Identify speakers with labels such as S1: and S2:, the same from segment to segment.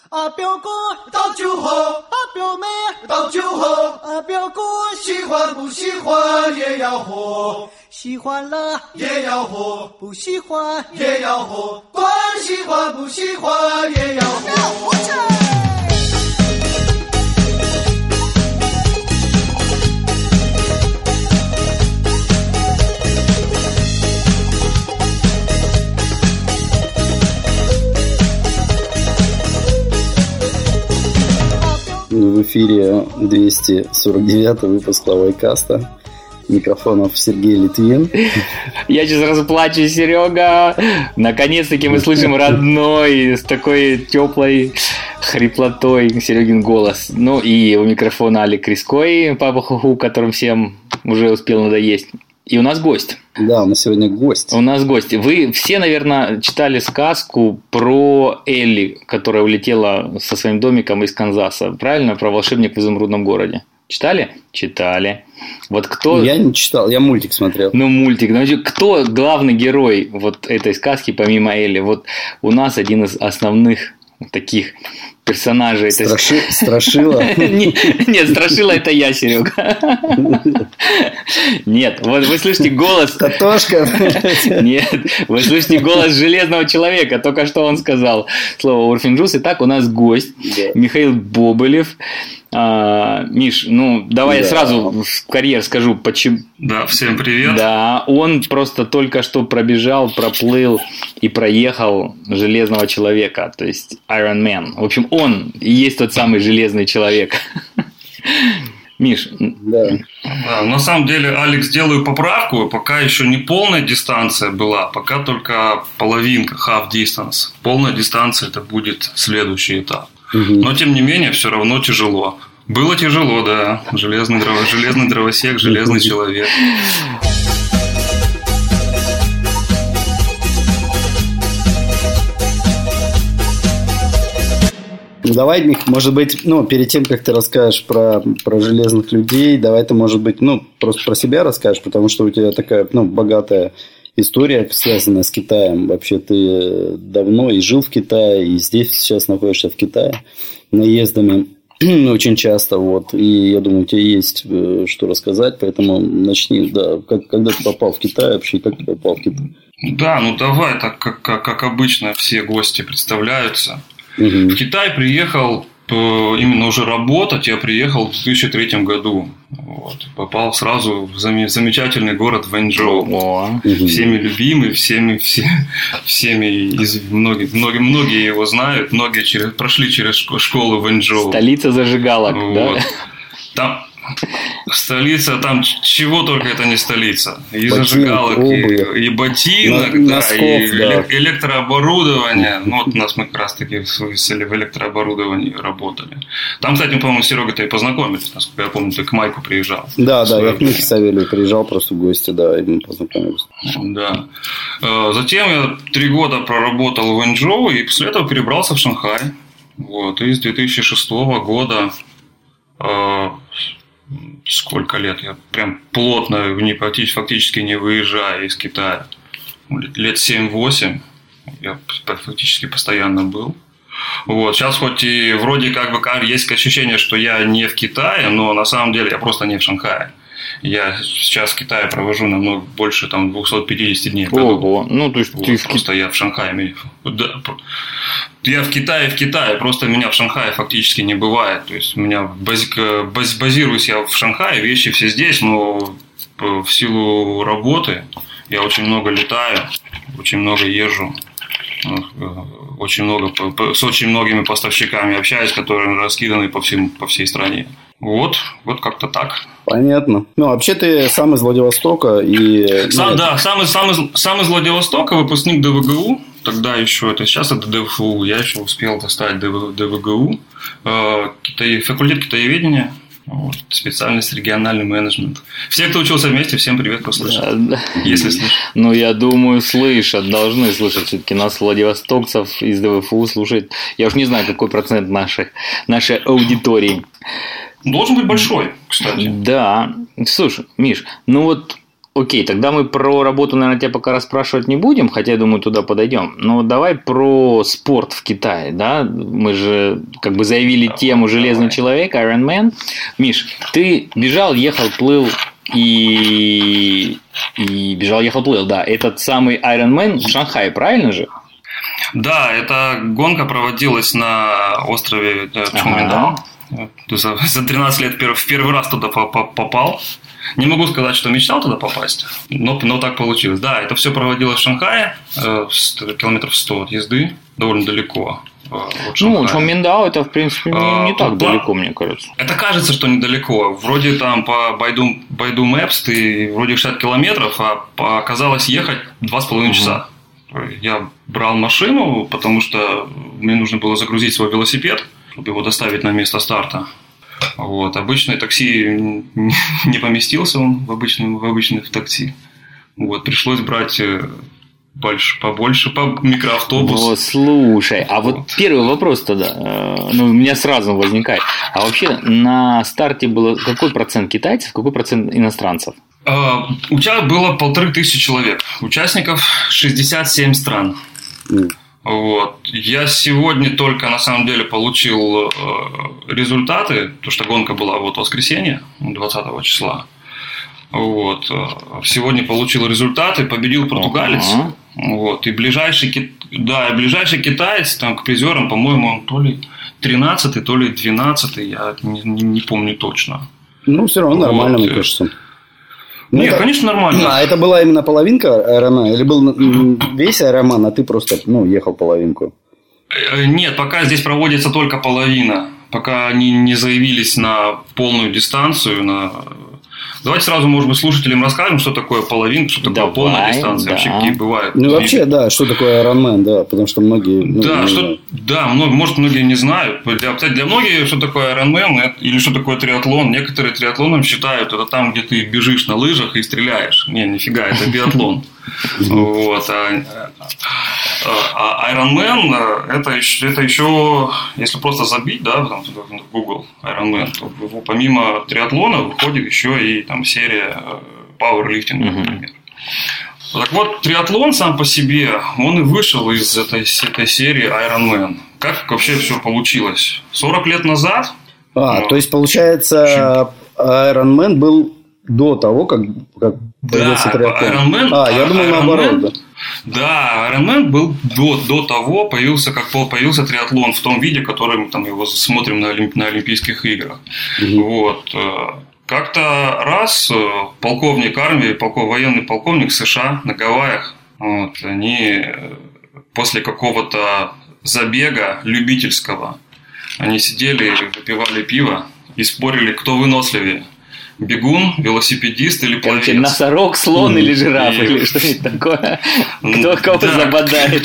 S1: 啊，表哥倒酒后，啊，表妹倒酒后，啊，表哥喜欢不喜欢也要喝，喜欢了也要喝，不喜欢也要喝，管喜欢不喜欢也要喝。
S2: В эфире 249 выпуск Лавайкаста. Микрофонов Сергей Литвин.
S3: Я сейчас расплачусь, Серега. Наконец-таки мы слышим родной, с такой теплой хриплотой Серегин голос. Ну и у микрофона Алик Криской, папа Хуху, которым всем уже успел надоесть. И у нас гость.
S2: Да, у нас сегодня гость.
S3: У нас гость. Вы все, наверное, читали сказку про Элли, которая улетела со своим домиком из Канзаса. Правильно? Про волшебник в изумрудном городе. Читали? Читали. Вот кто...
S2: Я не читал, я мультик смотрел.
S3: Ну, мультик. Ну, кто главный герой вот этой сказки, помимо Элли? Вот у нас один из основных таких персонажей.
S2: Страшила?
S3: Нет, Страшила это я, Серега. Нет, вот вы слышите голос...
S2: Татошка?
S3: Нет, вы слышите голос Железного Человека. Только что он сказал слово Урфинджус. Итак, у нас гость Михаил Бобылев. Миш, ну давай я сразу в карьер скажу, почему.
S4: Да, всем привет.
S3: Да, он просто только что пробежал, проплыл и проехал Железного Человека, то есть Iron Man. В общем, он и есть тот самый Железный Человек. Миш.
S2: Да.
S4: Да, на самом деле, Алекс, сделаю поправку. Пока еще не полная дистанция была, пока только половинка, half distance. Полная дистанция – это будет следующий этап. Но, тем не менее, все равно тяжело. Было тяжело, да. Железный дровосек, Железный Человек.
S2: Давай, Мих, может быть, перед тем, как ты расскажешь про железных людей, давай ты, может быть, просто про себя расскажешь, потому что у тебя такая, богатая история, связанная с Китаем. Вообще, ты давно и жил в Китае, и здесь сейчас находишься в Китае наездами очень часто. Вот. И я думаю, у тебя есть что рассказать, поэтому начни. Да, когда ты попал в Китай вообще, как ты попал в Китай?
S4: Да, давай, так как обычно все гости представляются. В Китай приехал именно уже работать, я приехал в 2003 году. Вот. Попал сразу в замечательный город Вэньчжоу. Всеми любимый, многие его знают, многие прошли через школу Вэньчжоу.
S3: Столица зажигалок,
S4: вот.
S3: Да?
S4: Там столица, там чего только это не столица. И зажигалок, и ботинок, и электрооборудование. Вот у нас мы как раз таки в электрооборудовании работали. Там, кстати, мы, по-моему, с Серегой-то и познакомились. Насколько я помню, ты к Майку приезжал.
S2: Да, я к Михе Савелью приезжал просто в гости, да, и мы познакомились.
S4: Да. Затем я 3 года проработал в Вэньчжоу и после этого перебрался в Шанхай. Вот. И с 2006 года сколько лет? Я прям плотно, фактически не выезжая из Китая. Лет 7-8 я фактически постоянно был. Вот. Сейчас хоть и вроде как бы есть ощущение, что я не в Китае, но на самом деле я просто не в Шанхае. Я сейчас в Китае провожу намного больше 250 дней в году.
S3: Ого, то есть
S4: вот, просто я в Шанхае. Да, я в Китае, просто меня в Шанхае фактически не бывает. То есть у меня базируюсь я в Шанхае, вещи все здесь, но в силу работы я очень много летаю, очень много езжу. С очень многими поставщиками общаюсь, которые раскиданы по всей стране. Вот как-то так.
S2: Понятно. Вообще ты сам из Владивостока и...
S4: Сам из Владивостока, выпускник ДВГУ. Тогда еще сейчас это ДФУ. Я еще успел достать ДВГУ. Факультет китаеведения. Вот, специальность региональный менеджмент. Все, кто учился вместе, всем привет, кто слышит. Если слышат.
S3: Я думаю, должны слышать. Все-таки нас, владивостокцев из ДВФУ, слушает. Я уж не знаю, какой процент нашей аудитории.
S4: Должен быть большой, кстати.
S3: Да. Слушай, Миш, Окей, тогда мы про работу, наверное, тебя пока расспрашивать не будем, хотя, я думаю, туда подойдем. Но давай про спорт в Китае, да? Мы же как бы заявили тему «Железный человек», Iron Man. Миш, ты бежал, ехал, плыл и бежал, ехал, плыл, да. Этот самый Iron Man в Шанхае, правильно же?
S4: Да, эта гонка проводилась на острове Чхонгминдао. За 13 лет в первый раз туда попал. Не могу сказать, что мечтал туда попасть, но так получилось. Да, это все проводилось в Шанхае, километров 100 от езды, довольно далеко.
S3: Ну, Чхонгминдао это, в принципе, не так далеко, мне кажется.
S4: Это кажется, что недалеко. Вроде там по Baidu Maps ты вроде 60 километров, а оказалось ехать 2,5 часа. Я брал машину, потому что мне нужно было загрузить свой велосипед, чтобы его доставить на место старта. Вот. Обычное такси не поместился он в обычный такси. Вот. Пришлось брать побольше, микроавтобус.
S3: Вот, слушай, а вот первый вопрос тогда, у меня сразу возникает. А вообще на старте было какой процент китайцев, какой процент иностранцев?
S4: Было 1500 человек. Участников 67 стран. Вот. Я сегодня только на самом деле получил результаты, потому что гонка была вот в воскресенье, 20 числа. Вот. Сегодня получил результаты, победил португалец. Вот. И ближайший китаец там, к призерам, по-моему, он то ли 13-й, то ли 12-й, я не помню точно.
S2: Ну, все равно нормально, мне кажется.
S4: Нет, конечно, нормально.
S2: А это была именно половинка Ironman? Или был весь Ironman, а ты просто ехал половинку?
S4: Нет, пока здесь проводится только половина. Пока они не заявились на полную дистанцию. Давайте сразу, может быть, слушателям расскажем, что такое половинка, что такое полная дистанция. Да. Вообще, какие бывают.
S2: Ну, вообще, да, что такое Ironman, да, потому что многие...
S4: Может, многие не знают. Для многих, что такое Ironman или что такое триатлон. Некоторые триатлоном считают, это там, где ты бежишь на лыжах и стреляешь. Нифига, это биатлон. Вот. А Ironman это еще, если просто забить, да, в Google Ironman, то помимо триатлона выходит еще и там серия пауэрлифтинга, например. Так вот, триатлон сам по себе, он и вышел из этой серии Ironman. Как вообще все получилось? 40 лет назад?
S2: То есть, получается, Ironman был до того, как появился триатлон. Я думал наоборот, да.
S4: Да, Ironman был до того, появился триатлон в том виде, который мы там его смотрим на Олимпийских играх. Вот. Как-то раз полковник армии, военный полковник США на Гавайях, вот, они после какого-то забега любительского, они сидели, выпивали пиво и спорили, кто выносливее. Бегун, велосипедист или пловец?
S3: Носорог, слон или жираф, или что-нибудь такое. Кто кого забодает.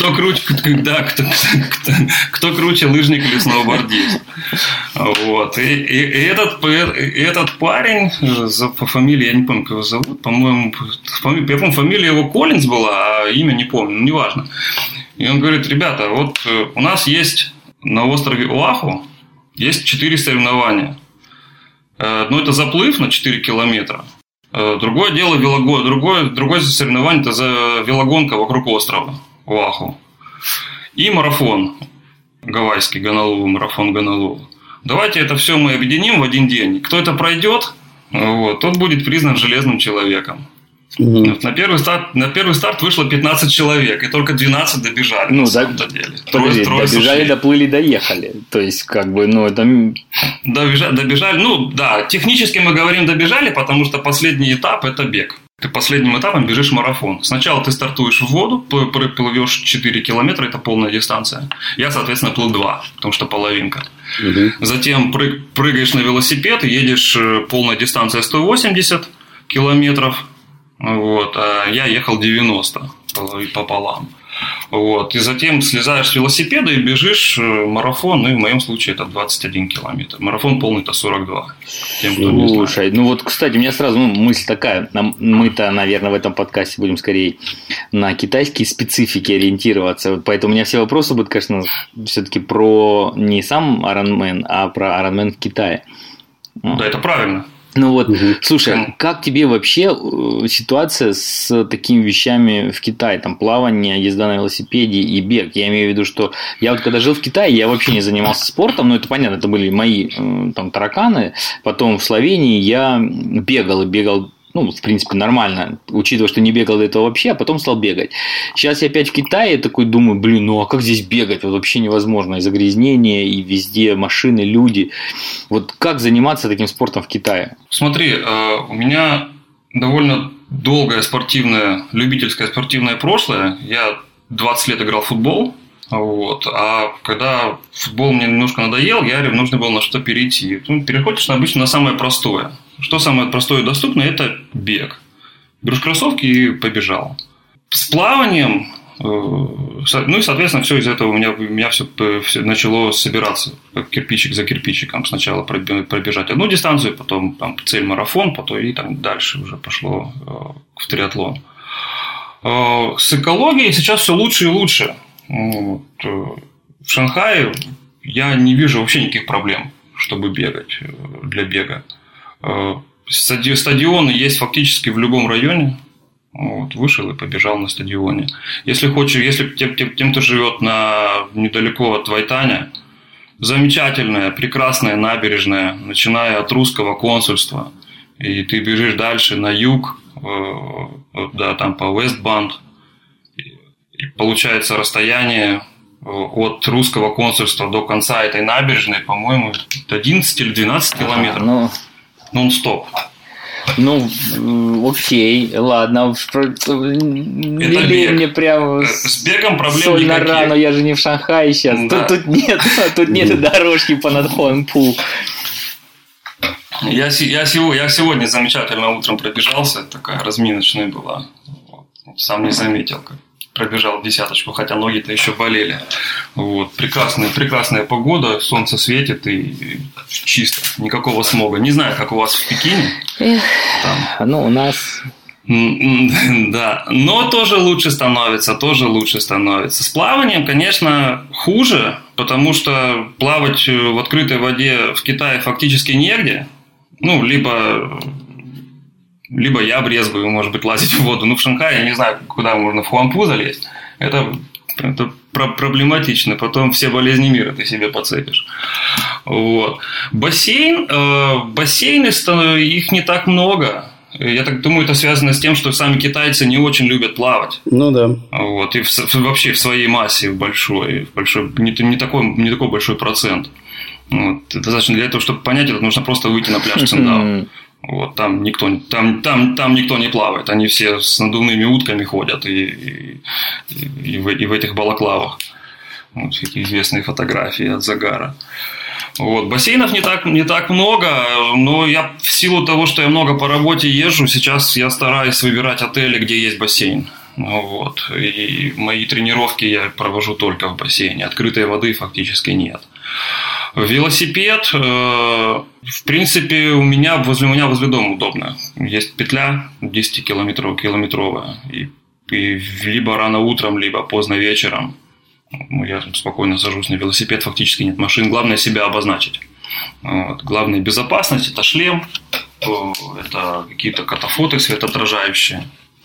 S4: Кто круче, лыжник или сноубордист. Вот. И этот парень по фамилии, я не помню, как его зовут, по-моему, я помню, фамилия его Коллинз была, а имя не помню, неважно. И он говорит, ребята, вот у нас есть на острове Оаху есть 4 соревнования. Одно это заплыв на 4 километра. Другое дело другое соревнование это за велогонка вокруг острова Оаху. И марафон гавайский, марафон Гонолулу. Давайте это все мы объединим в один день. Кто это пройдет, тот будет признан железным человеком. На первый старт вышло 15 человек, и только 12 добежали, на самом-то деле.
S3: Добежали, доплыли, доехали. То есть, это...
S4: Добежали, технически мы говорим добежали, потому что последний этап – это бег. Ты последним этапом бежишь марафон. Сначала ты стартуешь в воду, плывешь 4 километра, это полная дистанция. Я, соответственно, плыл 2, потому что половинка. Затем прыгаешь на велосипед, едешь полная дистанция 180 километров. Вот, а я ехал 90 пополам. Вот, и затем слезаешь с велосипеда и бежишь марафон, в моем случае это 21 километр. Марафон полный это 42.
S3: Слушай, кстати, у меня сразу мысль такая. Мы-то, наверное, в этом подкасте будем скорее на китайские специфики ориентироваться. Поэтому у меня все вопросы будут, конечно, все-таки про не сам Ironman, а про Ironman в Китае.
S4: Да, это правильно.
S3: Ну вот, слушай, как тебе вообще ситуация с такими вещами в Китае? Там плавание, езда на велосипеде и бег. Я имею в виду, что я вот когда жил в Китае, я вообще не занимался спортом, но это понятно, это были мои там тараканы. Потом в Словении я бегал, ну, в принципе, нормально, учитывая, что не бегал до этого вообще, а потом стал бегать. Сейчас я опять в Китае такой думаю, ну а как здесь бегать? Вот вообще невозможно, и загрязнение, и везде машины, люди. Вот как заниматься таким спортом в Китае?
S4: Смотри, у меня довольно долгое любительское спортивное прошлое. Я 20 лет играл в футбол. Вот. А когда футбол мне немножко надоел, нужно было на что перейти. Переходишь обычно на самое простое. Что самое простое и доступное – это бег. Берешь кроссовки и побежал. С плаванием, ну и, соответственно, все из этого у меня все начало собираться кирпичик за кирпичиком. Сначала пробежать одну дистанцию, потом там, цель марафон, потом и там дальше уже пошло в триатлон. С экологией сейчас все лучше и лучше. Вот. В Шанхае я не вижу вообще никаких проблем, чтобы бегать, для бега. Стадионы есть фактически в любом районе. Вот, вышел и побежал на стадионе. Если тем, кто живет недалеко от Вайтаня, замечательная, прекрасная набережная, начиная от русского консульства, и ты бежишь дальше на юг, да, там по Вестбанд, и получается расстояние от русского консульства до конца этой набережной, по-моему, 11 или 12 километров. Нон-стоп.
S3: Ну, окей, ладно. Мне прям
S4: с бегом проблем
S3: соль
S4: никаких.
S3: На рану, я же не в Шанхае сейчас. Да. Тут нет дорожки по Надхон-Пу.
S4: Я сегодня замечательно утром пробежался, такая разминочная была. Сам не заметил, как пробежал десяточку, хотя ноги-то еще болели. Вот. Прекрасная погода, солнце светит и чисто, никакого смога. Не знаю, как у вас в Пекине.
S3: Ну, у нас...
S4: Да, но тоже лучше становится. С плаванием, конечно, хуже, потому что плавать в открытой воде в Китае фактически негде. Ну, либо я брезгую, может быть, лазить в воду. Ну, в Шанхае, я не знаю, куда можно в Хуанпу залезть. Это проблематично. Потом все болезни мира ты себе подцепишь. Вот. Бассейны, их не так много. Я так думаю, это связано с тем, что сами китайцы не очень любят плавать.
S2: Ну да.
S4: Вот. И вообще в своей массе большой не такой большой процент. Вот. Достаточно для этого, чтобы понять это, нужно просто выйти на пляж Циндао. Вот, там никто не плавает, они все с надувными утками ходят и в этих балаклавах. Вот такие известные фотографии от загара. Вот, бассейнов не так много, но я в силу того, что я много по работе езжу, сейчас я стараюсь выбирать отели, где есть бассейн. Вот, и мои тренировки я провожу только в бассейне, открытой воды фактически нет. Велосипед, в принципе, возле дома удобно. Есть петля 10-километровая. И либо рано утром, либо поздно вечером. Я спокойно сажусь на велосипед, фактически нет машин. Главное себя обозначить. Вот. Главное безопасность – это шлем, это какие-то катафоты светоотражающие.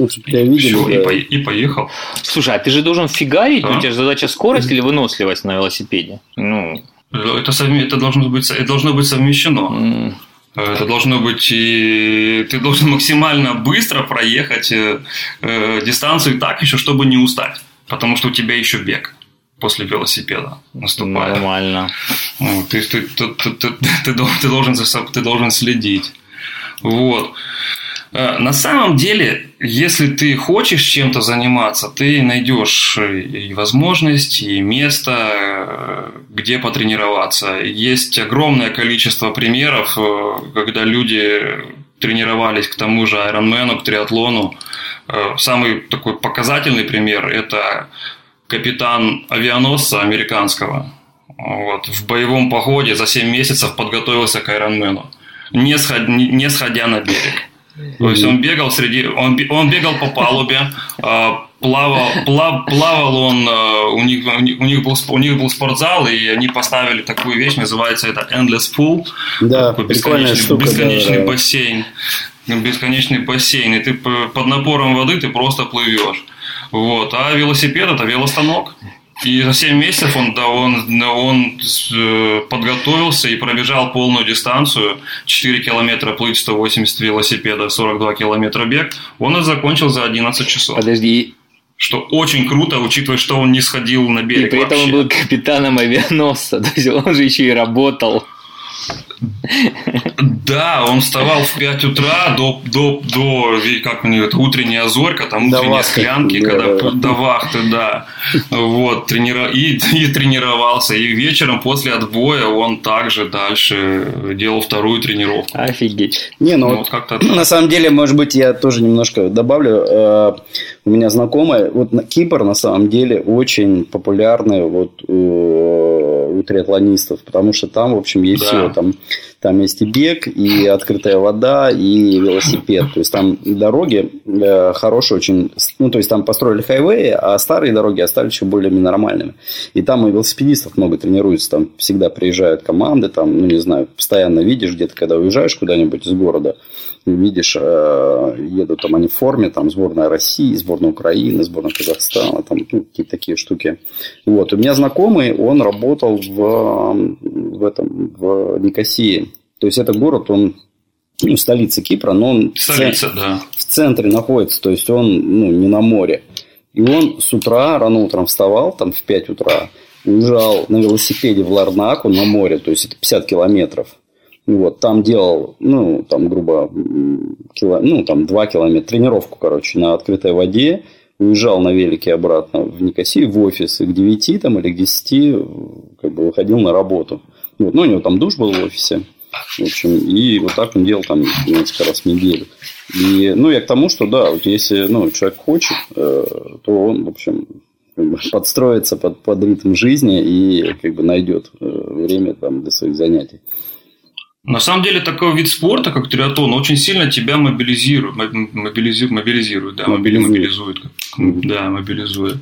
S4: И поехал.
S3: Слушай, а ты же должен фигарить? У тебя же задача скорость или выносливость на велосипеде? Ну...
S4: Это должно быть совмещено. Это должно быть, и ты должен максимально быстро проехать дистанцию так еще, чтобы не устать. Потому что у тебя еще бег после велосипеда наступает.
S3: Нормально.
S4: Ты должен следить. Вот. На самом деле, если ты хочешь чем-то заниматься, ты найдешь и возможность, и место, где потренироваться. Есть огромное количество примеров, когда люди тренировались к тому же Ironman, к триатлону. Самый такой показательный пример – это капитан авианосца американского. Вот, в боевом походе за 7 месяцев подготовился к Ironman, не сходя на берег. То есть он бегал по палубе, плавал он, у них был спортзал, и они поставили такую вещь, называется это Endless Pool.
S2: Да,
S4: бесконечный бассейн. Бесконечный бассейн, и ты под напором воды ты просто плывешь. Вот. А велосипед – это велостанок. И за 7 месяцев он подготовился и пробежал полную дистанцию. 4 километра плыть, 180 велосипеда, 42 километра бег. Он это закончил за 11 часов.
S3: Подожди.
S4: Что очень круто, учитывая, что он не сходил на берег.
S3: И при этом
S4: вообще.
S3: он был капитаном авианосца. То есть он же еще и работал.
S4: Да, он вставал в 5 утра до как у него это, утренняя зорька, там утренние склянки, до вахты, да. Вот, и тренировался. И вечером после отбоя он также дальше делал вторую тренировку.
S3: Офигеть.
S2: Не, ну вот как-то на самом деле, может быть, я тоже немножко добавлю. У меня знакомые, вот Кипр на самом деле очень популярный вот у триатлонистов, потому что там, в общем, есть все. Там есть и бег, и открытая вода, и велосипед. То есть там дороги хорошие очень. Ну, то есть там построили хайвеи, а старые дороги остались еще более нормальными. И там и велосипедистов много тренируются. Там всегда приезжают команды, там, ну, не знаю, постоянно видишь где-то, когда уезжаешь куда-нибудь из города, видишь, едут там они в форме, там сборная России, сборная Украины, сборная Казахстана, там ну, какие-то такие штуки. Вот. У меня знакомый, он работал в Никосии. То есть это город, он столица Кипра, но он в центре находится, то есть он не на море. И он с утра, рано утром вставал, там в 5 утра, уезжал на велосипеде в Ларнаку на море, то есть это 50 километров. Вот, там делал, там, грубо, 2 километра, тренировку, короче, на открытой воде, уезжал на велике обратно в Никосию, в офис, и к 9 там, или к 10 как бы выходил на работу. Вот, у него там душ был в офисе, в общем, и вот так он делал там несколько раз в неделю. И, я к тому, что, да, вот если, человек хочет, то он, в общем, подстроится под ритм жизни и, как бы, найдет время там для своих занятий.
S4: На самом деле, такой вид спорта, как триатлон, очень сильно тебя мобилизирует. Мобилизует.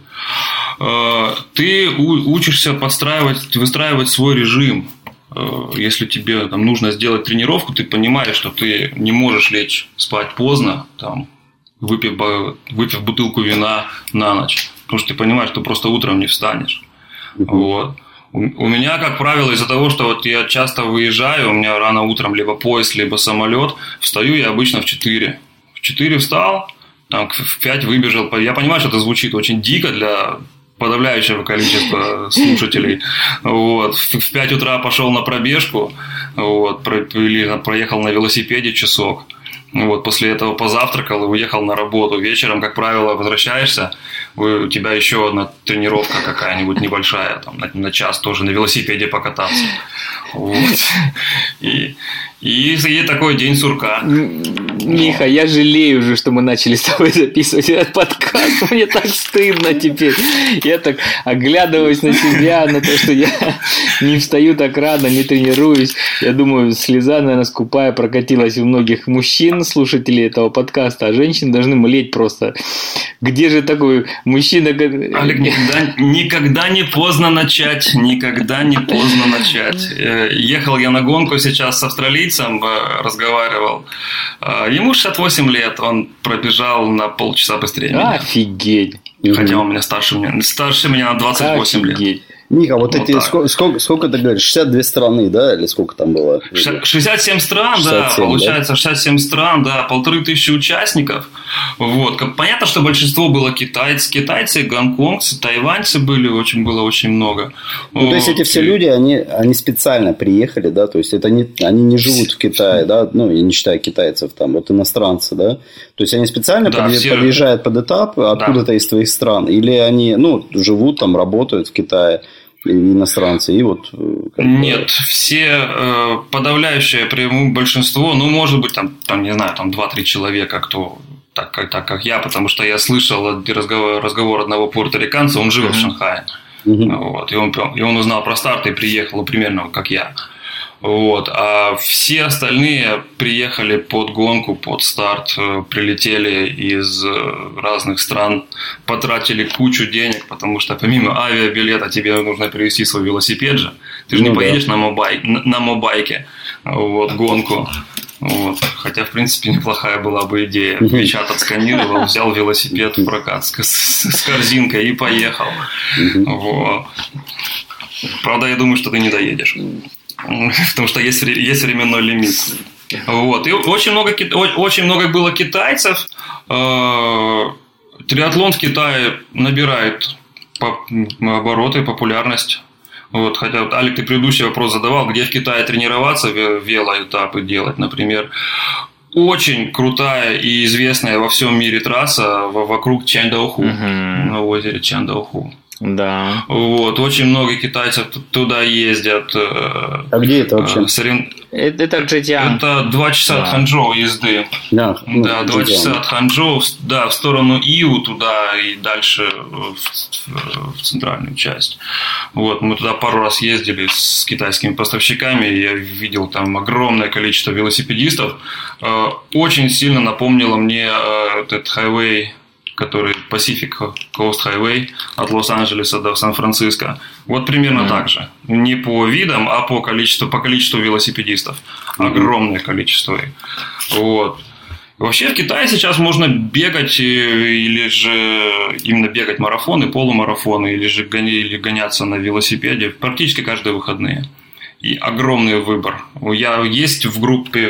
S4: Ты учишься выстраивать свой режим. Если тебе там нужно сделать тренировку, ты понимаешь, что ты не можешь лечь спать поздно, там, выпив бутылку вина на ночь. Потому что ты понимаешь, что просто утром не встанешь. Вот. У меня, как правило, из-за того, что вот я часто выезжаю, у меня рано утром либо поезд, либо самолет, встаю я обычно в 4. В 4 встал, там, в 5 выбежал. Я понимаю, что это звучит очень дико для подавляющего количества слушателей. Вот. В 5 утра пошел на пробежку, вот, или проехал на велосипеде часок. Вот, после этого позавтракал и уехал на работу. Вечером, как правило, возвращаешься, у тебя еще одна тренировка какая-нибудь небольшая, там, на час тоже на велосипеде покататься. Вот. И такой день сурка.
S3: Миха, я жалею уже, что мы начали с тобой записывать этот подкаст. Мне так стыдно теперь. Я так оглядываюсь на себя, на то, что я не встаю так рано, не тренируюсь. Я думаю, слеза, наверное, скупая прокатилась у многих мужчин, слушателей этого подкаста, а женщины должны млеть просто. Где же такой мужчина...
S4: Олег, никогда не поздно начать. Никогда не поздно начать. Ехал я на гонку сейчас с австралийцем, разговаривал. Ему 68 лет, он пробежал на полчаса быстрее меня.
S3: Офигеть.
S4: Хотя он меня старше меня на 28
S3: Офигеть.
S4: лет.
S2: Миха, вот эти, сколько ты говоришь, 62 страны, да, или сколько там было?
S4: 67 стран, 67, да, получается, 67 стран, да, 1500 участников. Вот. Понятно, что большинство было китайцы, гонконгцы, тайваньцы было очень много.
S2: То есть эти все люди, они специально приехали, да, то есть это они не живут в Китае, да, я не считаю китайцев, там, вот иностранцы, да, то есть они специально подъезжают под этап откуда-то из твоих стран, или они, живут там, работают в Китае, иностранцы, и вот...
S4: Нет, все, подавляющее большинство, может быть, там, не знаю, там 2-3 человека, кто... Так как я, потому что я слышал разговор одного пуэрториканца, он жил в Шанхае. Вот, и он узнал про старт и приехал примерно как я. Вот. А все остальные приехали под гонку, под старт, прилетели из разных стран, потратили кучу денег, потому что помимо авиабилета тебе нужно привезти свой велосипед же. Ты же не поедешь на мобайке вот, гонку. Вот. Хотя, в принципе, неплохая была бы идея. Печать отсканировал, взял велосипед в прокат с корзинкой и поехал. Вот. Правда, я думаю, что ты не доедешь. Потому что есть временной лимит. Вот. И очень много было китайцев. Триатлон в Китае набирает обороты, популярность. Вот, хотя вот, Алик, ты предыдущий вопрос задавал, где в Китае тренироваться, велоэтапы делать, например. Очень крутая и известная во всем мире трасса вокруг Чандаоху, на озере Чандаоху.
S3: Да.
S4: Вот, очень много китайцев туда ездят.
S2: А где это вообще?
S3: Это Джетиан.
S4: Это 2 часа от Ханчжоу езды.
S2: Да,
S4: 2 часа от Ханчжоу, да, в сторону Иу туда и дальше в центральную часть. Вот, мы туда пару раз ездили с китайскими поставщиками, и я видел там огромное количество велосипедистов. Очень сильно напомнило мне этот хайвей, который Pacific Coast Highway от Лос-Анджелеса до Сан-Франциско. Вот примерно так же. Не по видам, а по количеству велосипедистов. Огромное количество их. Вот. Вообще в Китае сейчас можно бегать, или же именно бегать марафоны, полумарафоны, или же гоняться на велосипеде практически каждые выходные. И огромный выбор. Я есть в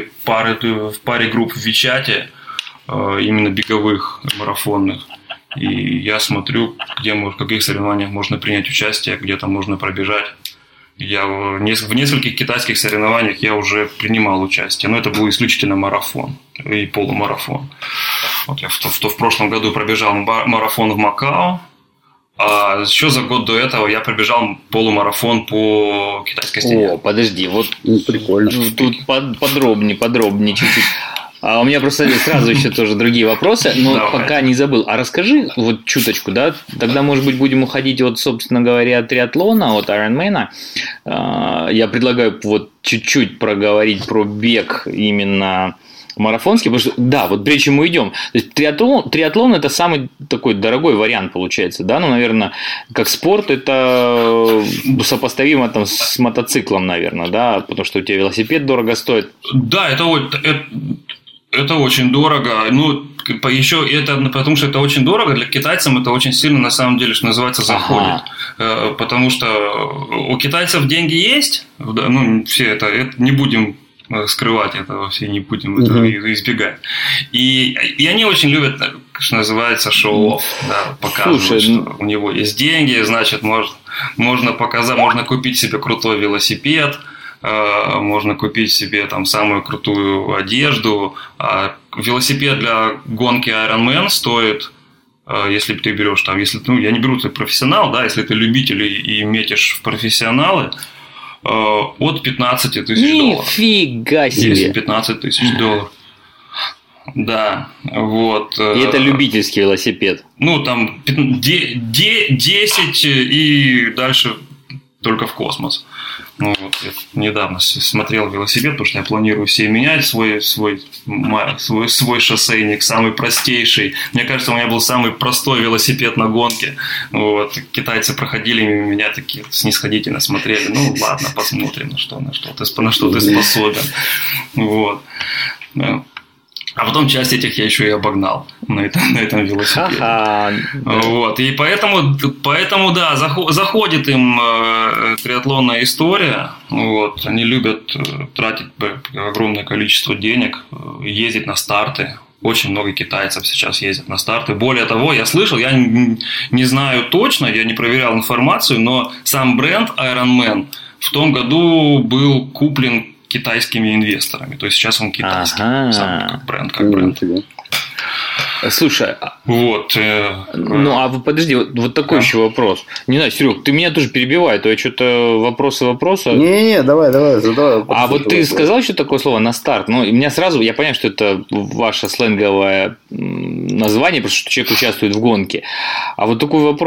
S4: паре групп в Вичате, именно беговых, марафонных. И я смотрю, в каких соревнованиях можно принять участие, где-то можно пробежать. Я в нескольких китайских соревнованиях я уже принимал участие, но это был исключительно марафон и полумарафон. Вот я в прошлом году пробежал марафон в Макао, а еще за год до этого я пробежал полумарафон по китайской стене.
S3: О, подожди, вот
S2: прикольно.
S3: Тут подробнее чуть-чуть. А у меня просто сразу еще тоже другие вопросы, но
S4: Давай.
S3: пока не забыл. А расскажи вот чуточку, да, тогда, может быть, будем уходить от, собственно говоря, от триатлона, от Ironman. Я предлагаю вот чуть-чуть проговорить про бег именно марафонский, потому что, да, вот прежде чем мы идем, то есть триатлон это самый такой дорогой вариант получается, да, ну, наверное, как спорт это сопоставимо там с мотоциклом, наверное, да, потому что у тебя велосипед дорого стоит.
S4: Да, это очень дорого. Ну, еще это, потому что это очень дорого, для китайцев это очень сильно, на самом деле, что называется, заходит. Потому что у китайцев деньги есть, ну, все это не будем скрывать этого, все не будем этого избегать. И они очень любят, что называется, шоу-офф, да, показывают, что у него есть деньги, значит, можно показать, можно купить себе крутой велосипед, можно купить себе там самую крутую одежду. Велосипед для гонки Ironman стоит, если ты берешь там, я не беру, ты профессионал, да, если ты любитель и метишь в профессионалы, от 15 тысяч долларов.
S3: Нифига себе!
S4: 15 тысяч долларов. Да, вот.
S3: И это любительский велосипед.
S4: Ну, там 10 и дальше только в космос. Ну, вот, я недавно смотрел велосипед, потому что я планирую себе менять свой шоссейник, самый простейший. Мне кажется, у меня был самый простой велосипед на гонке. Вот. Китайцы проходили мимо меня, такие снисходительно смотрели. Ну, ладно, посмотрим, на что ты способен. Вот. А потом часть этих я еще и обогнал на этом велосипеде. Вот. И поэтому да, заходит им триатлонная история. Вот. Они любят тратить огромное количество денег, ездить на старты. Очень много китайцев сейчас ездят на старты. Более того, я слышал, я не знаю точно, я не проверял информацию, но сам бренд Ironman в том году был куплен китайскими инвесторами. То есть сейчас он китайский. Сам как бренд.
S3: Слушай,
S4: вот.
S3: Ну, а подожди, вот такой еще вопрос. Не знаю, Серег, ты меня тоже перебивай, а то я что-то вопросы.
S2: Не, давай, задавай.
S3: А вот ты сказал еще такое слово на старт. Ну, и меня сразу, я понимаю, что это ваше сленговое название, потому что человек участвует в гонке. А вот такой вопрос.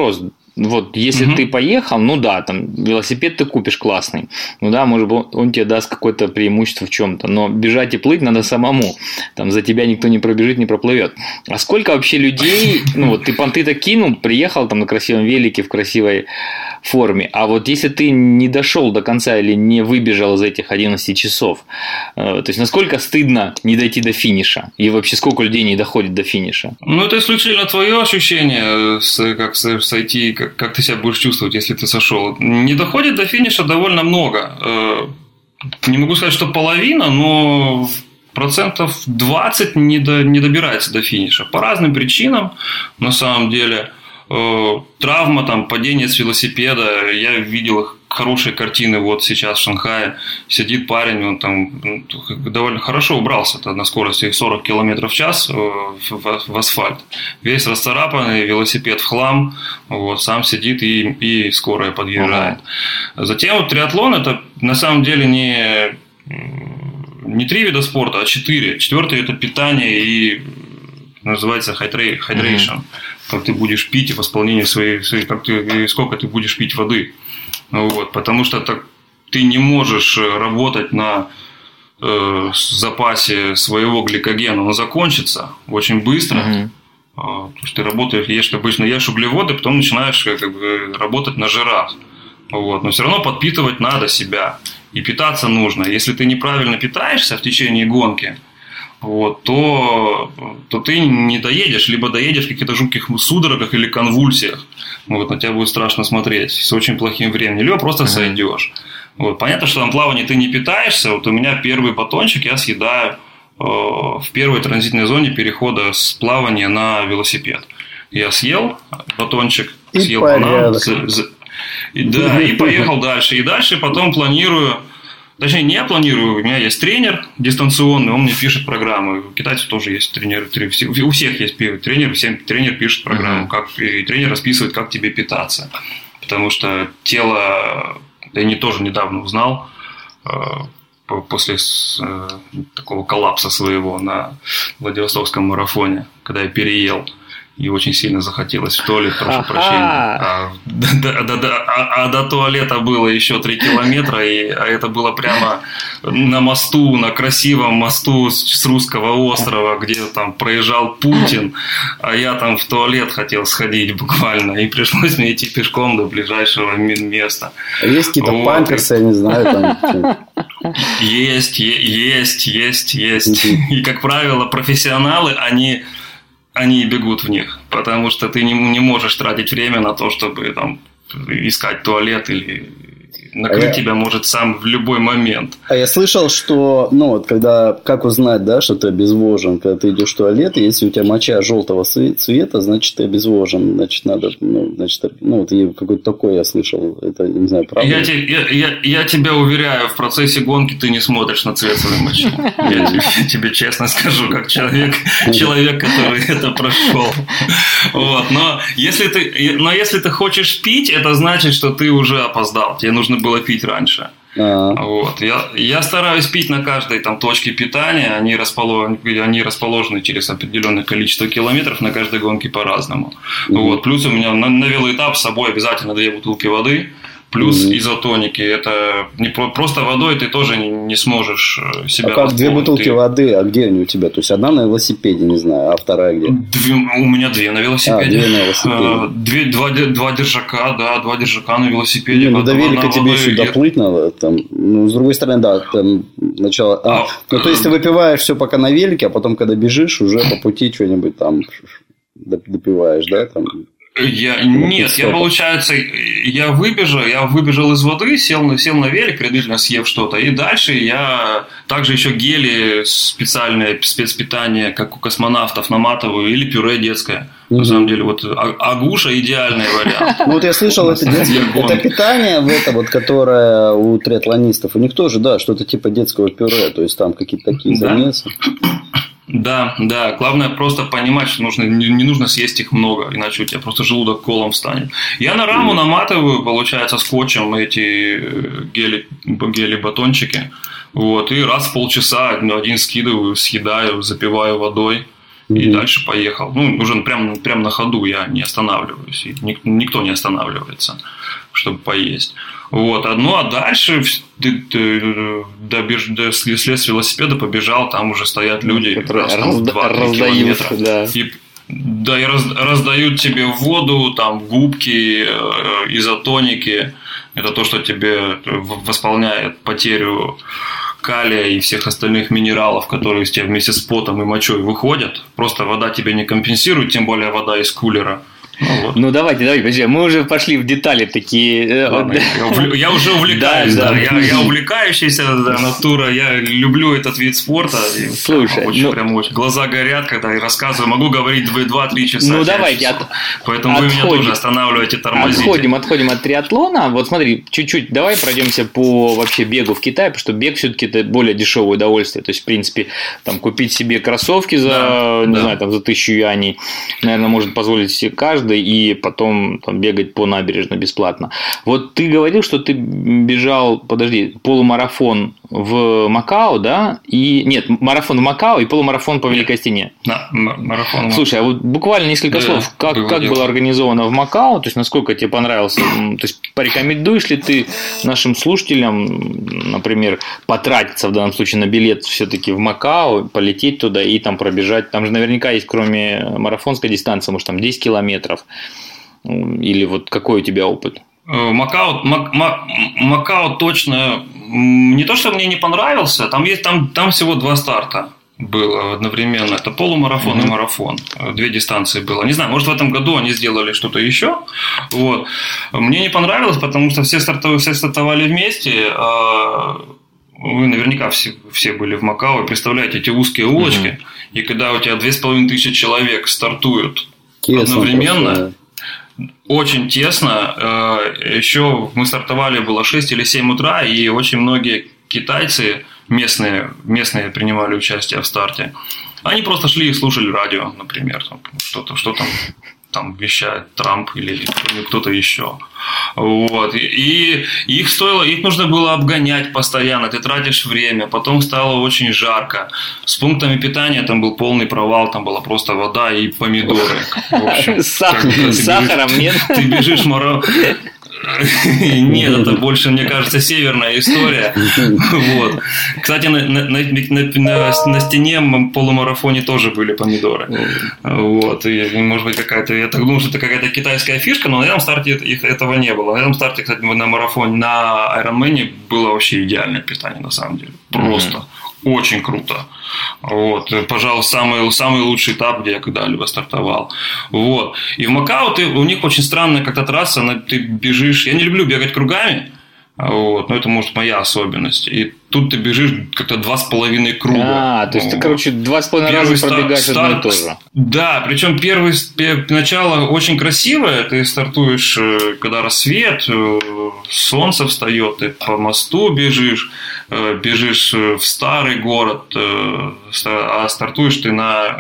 S3: вот, если ты поехал, ну да, там, велосипед ты купишь классный, ну да, может быть, он тебе даст какое-то преимущество в чем-то, но бежать и плыть надо самому, там, за тебя никто не пробежит, не проплывет. А сколько вообще людей, ну вот, ты кинул, приехал там на красивом велике, в красивой форме, а вот если ты не дошел до конца или не выбежал из этих 11 часов, то есть насколько стыдно не дойти до финиша, и вообще сколько людей не доходит до финиша?
S4: Ну, это исключительно твое ощущение, как сойти, как ты себя будешь чувствовать, если ты сошел. Не доходит до финиша довольно много. Не могу сказать, что половина, но 20% не добирается до финиша. По разным причинам, на самом деле. Травма, там, падение с велосипеда. Я видел хорошие картины вот сейчас в Шанхае. Сидит парень, он там довольно хорошо убрался на скорости 40 км в час в асфальт. Весь расцарапанный, велосипед в хлам, вот, сам сидит и скорая подъезжает. Затем вот триатлон – это на самом деле не 3 вида спорта, а 4. 4 – это питание и называется hydration. Как ты будешь пить и восполнение своей сколько ты будешь пить воды. Вот, потому что ты не можешь работать на запасе своего гликогена, он закончится очень быстро. Потому что ты работаешь, обычно ешь углеводы, потом начинаешь работать на жирах. Вот, но все равно подпитывать надо себя. И питаться нужно. Если ты неправильно питаешься в течение гонки, вот, то ты не доедешь, либо доедешь в каких-то жутких судорогах или конвульсиях. Вот, на тебя будет страшно смотреть с очень плохим временем, либо просто сойдешь. Вот, понятно, что на плавании ты не питаешься. Вот у меня первый батончик я съедаю в первой транзитной зоне перехода с плавания на велосипед. Я съел батончик, съел банан, и поехал дальше. И дальше потом планирую. Точнее, не планирую, у меня есть тренер дистанционный, он мне пишет программы. У китайцев тоже есть тренер, у всех есть тренер, всем тренер пишет программу, и тренер расписывает, как тебе питаться. Потому что тело, я тоже недавно узнал, после такого коллапса своего на Владивостокском марафоне, когда я переел. И очень сильно захотелось в туалет, прошу прощения. А до туалета было еще 3 километра, а это было прямо на мосту, на красивом мосту с Русского острова, где там проезжал Путин, а я там в туалет хотел сходить буквально, и пришлось мне идти пешком до ближайшего места.
S2: А есть какие-то памперсы, я не знаю, там...
S4: Есть. И, как правило, профессионалы, они бегут в них, потому что ты не можешь тратить время на то, чтобы там искать туалет или накрыть тебя может сам в любой момент.
S2: А я слышал, что, как узнать, да, что ты обезвожен, когда ты идешь в туалет, и если у тебя моча желтого цвета, значит, ты обезвожен, значит, надо, какой-то такой я слышал, это, не знаю, правда?
S4: Я тебя уверяю, в процессе гонки ты не смотришь на цвет своей мочи. Я тебе честно скажу, как человек, который это прошел. Вот. Но если ты хочешь пить, это значит, что ты уже опоздал, тебе нужно было пить раньше. Вот. Я стараюсь пить на каждой там точке питания. Они расположены через определенное количество километров на каждой гонке по-разному. Вот. Плюс у меня на велоэтап с собой обязательно 2 бутылки воды. Плюс изотоники. Это не просто водой ты тоже не сможешь себя
S2: восполнить. 2 бутылки воды, а где они у тебя? То есть одна на велосипеде, не знаю, а вторая где?
S4: У меня 2 на велосипеде.
S2: 2 на велосипеде.
S4: 2 держака, да, 2 держака на велосипеде.
S2: До велика тебе еще доплыть надо. Там, с другой стороны, да, там начало. То есть ты выпиваешь все пока на велике, а потом, когда бежишь, уже по пути что-нибудь там допиваешь, да, там. Я выбежал из воды, сел на велик, предварительно съев что-то, и дальше я также еще гели специальное спецпитание, как у космонавтов, наматываю, или пюре детское. На самом деле, вот агуша идеальный вариант. Вот я слышал, это питание, которое у триатлонистов, у них тоже, да, что-то типа детского пюре, то есть там какие-то такие замесы.
S4: Да. Главное просто понимать, что не нужно съесть их много, иначе у тебя просто желудок колом встанет. Я на раму наматываю, получается, скотчем эти гели-батончики. Вот, и раз в полчаса один скидываю, съедаю, запиваю водой. и дальше поехал. Ну, уже прям на ходу я не останавливаюсь. И никто не останавливается, чтобы поесть. Вот, а дальше до следствия велосипеда побежал, там уже стоят люди,
S3: которые
S4: раздают, километра. Да. И раздают тебе воду, там губки, изотоники. Это то, что тебе восполняет потерю калия и всех остальных минералов, которые из тебя вместе с потом и мочой выходят. Просто вода тебе не компенсирует, тем более вода из кулера.
S3: Ну, давайте, подожди, мы уже пошли в детали такие.
S4: Ладно, я уже увлекаюсь, да. Я увлекающийся натура, я люблю этот вид спорта.
S3: Слушай,
S4: прям очень глаза горят, когда я рассказываю, могу говорить 2-3 часа.
S3: Ну, давайте.
S4: Поэтому вы меня тоже останавливаете, тормозите.
S3: Отходим от триатлона. Вот смотри, чуть-чуть давай пройдемся по вообще бегу в Китае, потому что бег все-таки это более дешевое удовольствие. То есть, в принципе, там купить себе кроссовки за, не знаю, там за 1000 юаней, наверное, может позволить себе каждый, и потом там бегать по набережной бесплатно. Вот ты говорил, что ты бежал, полумарафон в Макао, да? Нет, марафон в Макао и полумарафон по Великой Стене.
S4: Да, марафон.
S3: Слушай, а вот буквально несколько слов. Как было организовано в Макао? То есть, насколько тебе понравился? То есть, порекомендуешь ли ты нашим слушателям, например, потратиться в данном случае на билет все-таки в Макао, полететь туда и там пробежать? Там же наверняка есть, кроме марафонской дистанции, может, там 10 километров. Или вот какой у тебя опыт?
S4: Макао точно не то, что мне не понравился, там всего 2 старта было одновременно. Это полумарафон и марафон. 2 дистанции было. Не знаю, может, в этом году они сделали что-то еще. Вот. Мне не понравилось, потому что все стартовали вместе. Вы наверняка все были в Макао. Представляете, эти узкие улочки. И когда у тебя 2500 человек стартуют одновременно, очень тесно. Еще мы стартовали, было 6 или 7 утра, и очень многие китайцы, местные принимали участие в старте. Они просто шли и слушали радио, например, что там вещает Трамп или кто-то еще. Вот. И их нужно было обгонять постоянно, ты тратишь время, потом стало очень жарко. С пунктами питания там был полный провал, там была просто вода и помидоры.
S3: С сахаром нет?
S4: Ты бежишь Нет, это больше, мне кажется, северная история. Вот. Кстати, на стене в полумарафоне тоже были помидоры. Вот. И, может быть, я так думаю, что это какая-то китайская фишка, но на этом старте этого не было. На этом старте, кстати, на марафоне, на Ironman было вообще идеальное питание, на самом деле. Просто. Очень круто. Вот. Пожалуй, самый лучший этап, где я когда-либо стартовал. Вот. И в Макао у них очень странная как-то трасса. Ты бежишь. Я не люблю бегать кругами. Вот. Но это, может, моя особенность. И тут ты бежишь как-то 2,5 круга.
S3: То есть ты, 2,5 раза пробегаешь одно и то же.
S4: Да, причем начало очень красивое. Ты стартуешь, когда рассвет, солнце встает, ты по мосту бежишь в старый город, а стартуешь ты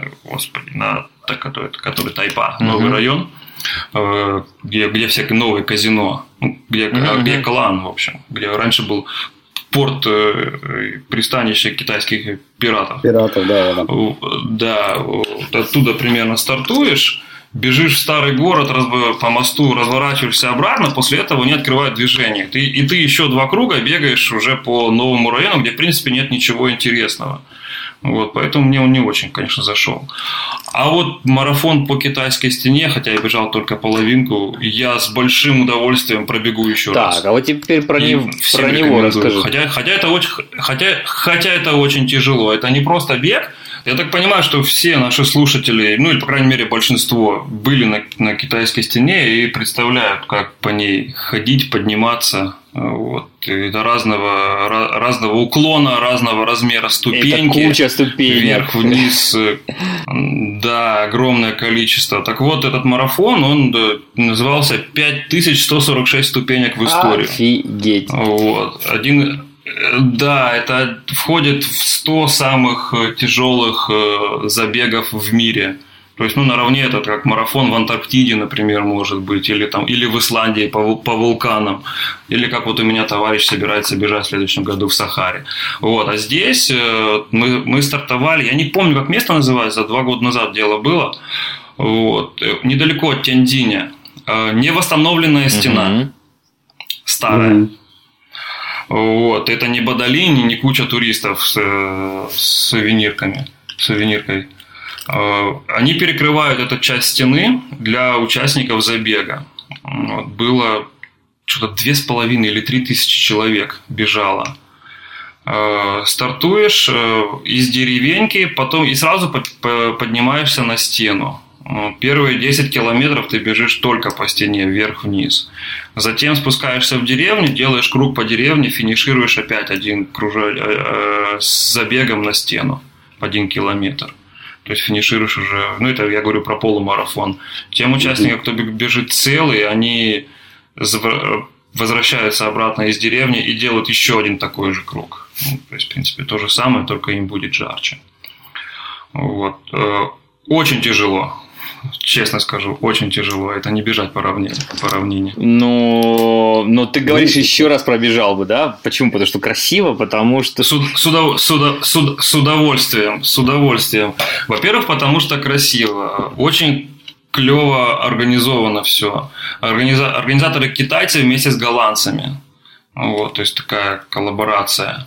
S4: который Тайпа, новый район, где всякие новые казино, где Калан, в общем, где раньше был порт, пристанище китайских пиратов. Да, оттуда примерно стартуешь, бежишь в старый город, по мосту разворачиваешься обратно, после этого не открывают движение. И ты еще 2 круга бегаешь уже по новому району, где, в принципе, нет ничего интересного. Вот, поэтому мне он не очень, конечно, зашел. А вот марафон по Китайской стене, хотя я бежал только половинку, я с большим удовольствием пробегу еще раз.
S3: Так, а вот теперь про него расскажи.
S4: Хотя это очень тяжело. Это не просто бег. Я так понимаю, что все наши слушатели, или, по крайней мере, большинство, были на Китайской стене и представляют, как по ней ходить, подниматься. Вот. Это разного уклона, разного размера ступеньки.
S3: Это куча ступенек.
S4: Вверх-вниз. Да, огромное количество. Так вот, этот марафон, он назывался 5146 ступенек в историю.
S3: Офигеть.
S4: Вот. Да, это входит в 100 самых тяжелых забегов в мире. То есть, наравне это как марафон в Антарктиде, например, может быть, или в Исландии по вулканам, или как вот у меня товарищ собирается бежать в следующем году в Сахаре. Вот. А здесь мы стартовали, я не помню, как место называется, 2 года назад дело было, вот, недалеко от Тяньдиня, невосстановленная стена, старая. Вот. Это не Бадалини, не куча туристов с сувениркой. Они перекрывают эту часть стены для участников забега. Вот, было что-то 2,5 или 3 тысячи человек бежало. Стартуешь из деревеньки, потом и сразу поднимаешься на стену. Первые 10 километров ты бежишь только по стене, вверх-вниз. Затем спускаешься в деревню, делаешь круг по деревне, финишируешь опять один кружок с забегом на стену, 1 километр. То есть финишируешь уже, это я говорю про полумарафон. Тем участникам, кто бежит целый, они возвращаются обратно из деревни и делают еще один такой же круг. То есть, в принципе, то же самое, только им будет жарче. Вот. Очень тяжело. Честно скажу, очень тяжело. Это не бежать по равнине.
S3: Но ты говоришь, еще раз пробежал бы, да? Почему? Потому что красиво, потому что...
S4: С удовольствием. Во-первых, потому что красиво. Очень клево организовано все. Организаторы китайцы вместе с голландцами. Вот, то есть такая коллаборация.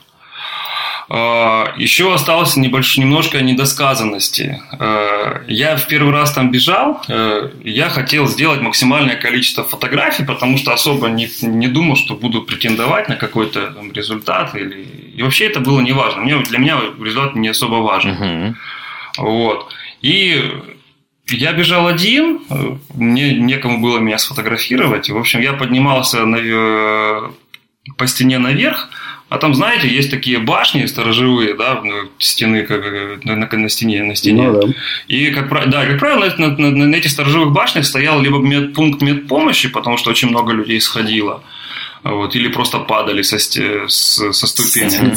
S4: Еще осталось немножко недосказанности. Я в первый раз там бежал, я хотел сделать максимальное количество фотографий, потому что особо не думал, что буду претендовать на какой-то результат. И вообще это было не важно. Для меня результат не особо важен. Вот. И я бежал один, мне некому было меня сфотографировать. В общем, я поднимался по стене наверх. А там, знаете, есть такие башни сторожевые, да, стены, как на стене.
S2: Ну, да.
S4: И, как правило, на этих сторожевых башнях стоял либо пункт медпомощи, потому что очень много людей сходило, вот, или просто падали со ступенями.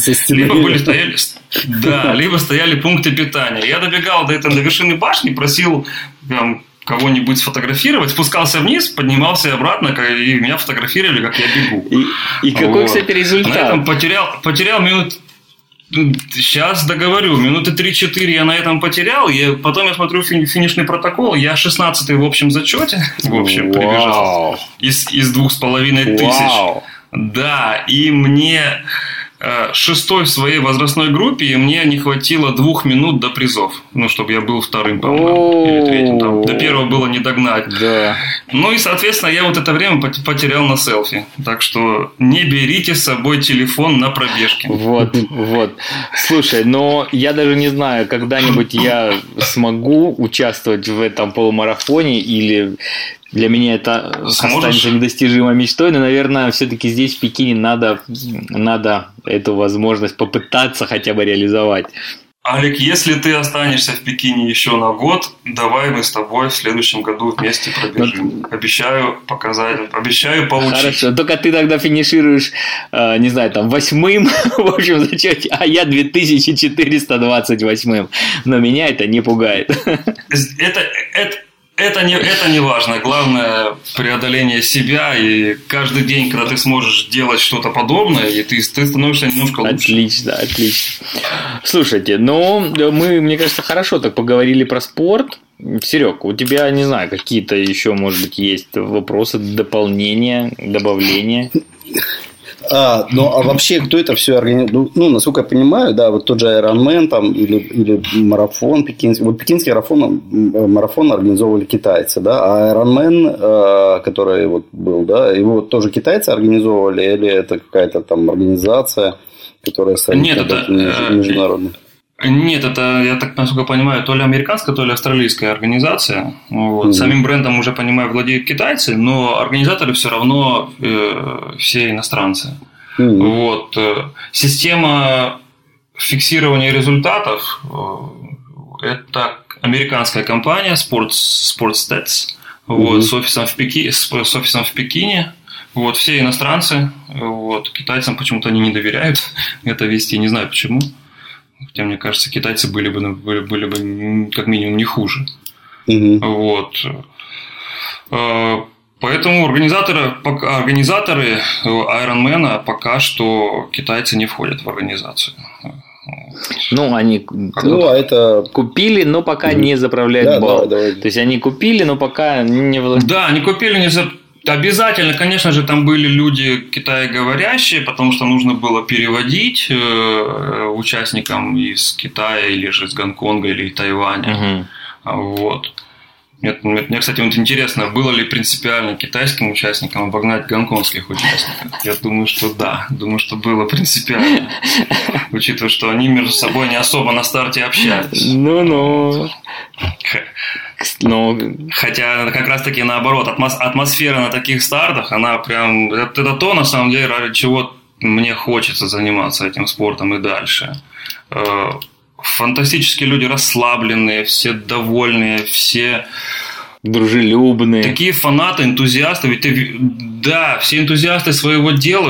S4: Либо стояли пункты питания. Я добегал до вершины башни, просил кого-нибудь сфотографировать, спускался вниз, поднимался обратно, и меня фотографировали, как я бегу.
S3: И какой, кстати, результат?
S4: На этом потерял минут... Сейчас договорю. Минуты 3-4 я на этом потерял. Потом я смотрю финишный протокол. Я 16-й в общем зачете. Прибежал. Из 2,5 тысяч. Да, и мне... 6-й в своей возрастной группе, и мне не хватило 2 минут до призов. Чтобы я был 2-м, по-моему, или 3-м. Там. До 1-го было не догнать.
S3: Да.
S4: И, соответственно, я вот это время потерял на селфи. Так что не берите с собой телефон на пробежке.
S3: Вот. Слушай, но я даже не знаю, когда-нибудь я смогу участвовать в этом полумарафоне или... Для меня это останется недостижимой мечтой, но, наверное, все-таки здесь, в Пекине, надо эту возможность попытаться хотя бы реализовать.
S4: Алик, если ты останешься в Пекине еще на год, давай мы с тобой в следующем году вместе пробежим. Обещаю показать, обещаю поучить.
S3: Хорошо, только ты тогда финишируешь, не знаю, 8-м в общем зачете, а я 2428-м. Но меня это не пугает.
S4: Это не важно. Главное преодоление себя. И каждый день, когда ты сможешь делать что-то подобное, и ты становишься немножко лучше.
S3: Отлично. Слушайте, мы, мне кажется, хорошо так поговорили про спорт. Серег, у тебя, не знаю, какие-то еще, может быть, есть вопросы, дополнения, добавления?
S2: А вообще, кто это все организует? Насколько я понимаю, да, вот тот же Ironman там, или марафон пекинский. Вот пекинский марафон организовывали китайцы, да, а Ironman, который вот был, да, его тоже китайцы организовывали, или это какая-то там организация, которая международная?
S4: Нет, это, я так насколько понимаю, то ли американская, то ли австралийская организация. Вот. Самим брендом, уже понимаю, владеют китайцы, но организаторы все равно все иностранцы. Вот. Система фиксирования результатов – это американская компания Sportstats, вот, с офисом в Пекине. Вот, все иностранцы. Вот. Китайцам почему-то они не доверяют это вести, не знаю почему. Хотя, мне кажется, китайцы были бы как минимум не хуже. Вот. Поэтому организаторы Ironman пока что китайцы не входят в организацию.
S3: Ну, они
S2: это...
S3: купили, но пока не заправляют бал. То есть, они купили, но пока не...
S4: Да, они купили, не обязательно, конечно же, там были люди китайговорящие, потому что нужно было переводить участникам из Китая или же из Гонконга или Тайваня. Вот. Мне, кстати, вот интересно, было ли принципиально китайским участникам обогнать гонконгских участников? Я думаю, что да. Думаю, что было принципиально. Учитывая, что они между собой не особо на старте общались. Хотя как раз таки наоборот, атмосфера на таких стартах, она прям... Это то, на самом деле, ради чего мне хочется заниматься этим спортом и дальше. Фантастические люди, расслабленные, все довольные, все
S3: дружелюбные.
S4: Такие фанаты, энтузиасты. Ведь все энтузиасты своего дела.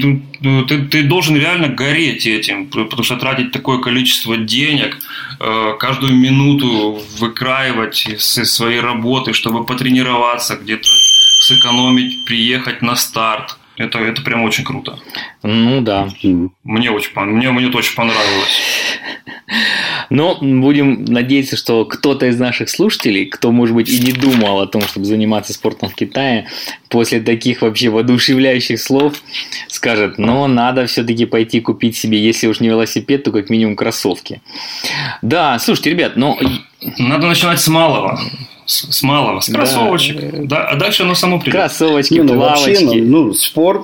S4: Ты должен реально гореть этим, потому что тратить такое количество денег, каждую минуту выкраивать из своей работы, чтобы потренироваться, где-то сэкономить, приехать на старт. Это прям очень круто.
S3: Ну да.
S4: Мне это очень понравилось.
S3: Но будем надеяться, что кто-то из наших слушателей, кто, может быть, и не думал о том, чтобы заниматься спортом в Китае, после таких вообще воодушевляющих слов скажет, надо все-таки пойти купить себе, если уж не велосипед, то как минимум кроссовки. Да, слушайте, ребят,
S4: надо начинать с малого. С кроссовочек. Да, а дальше оно само придет.
S3: Кроссовочки, плавочки.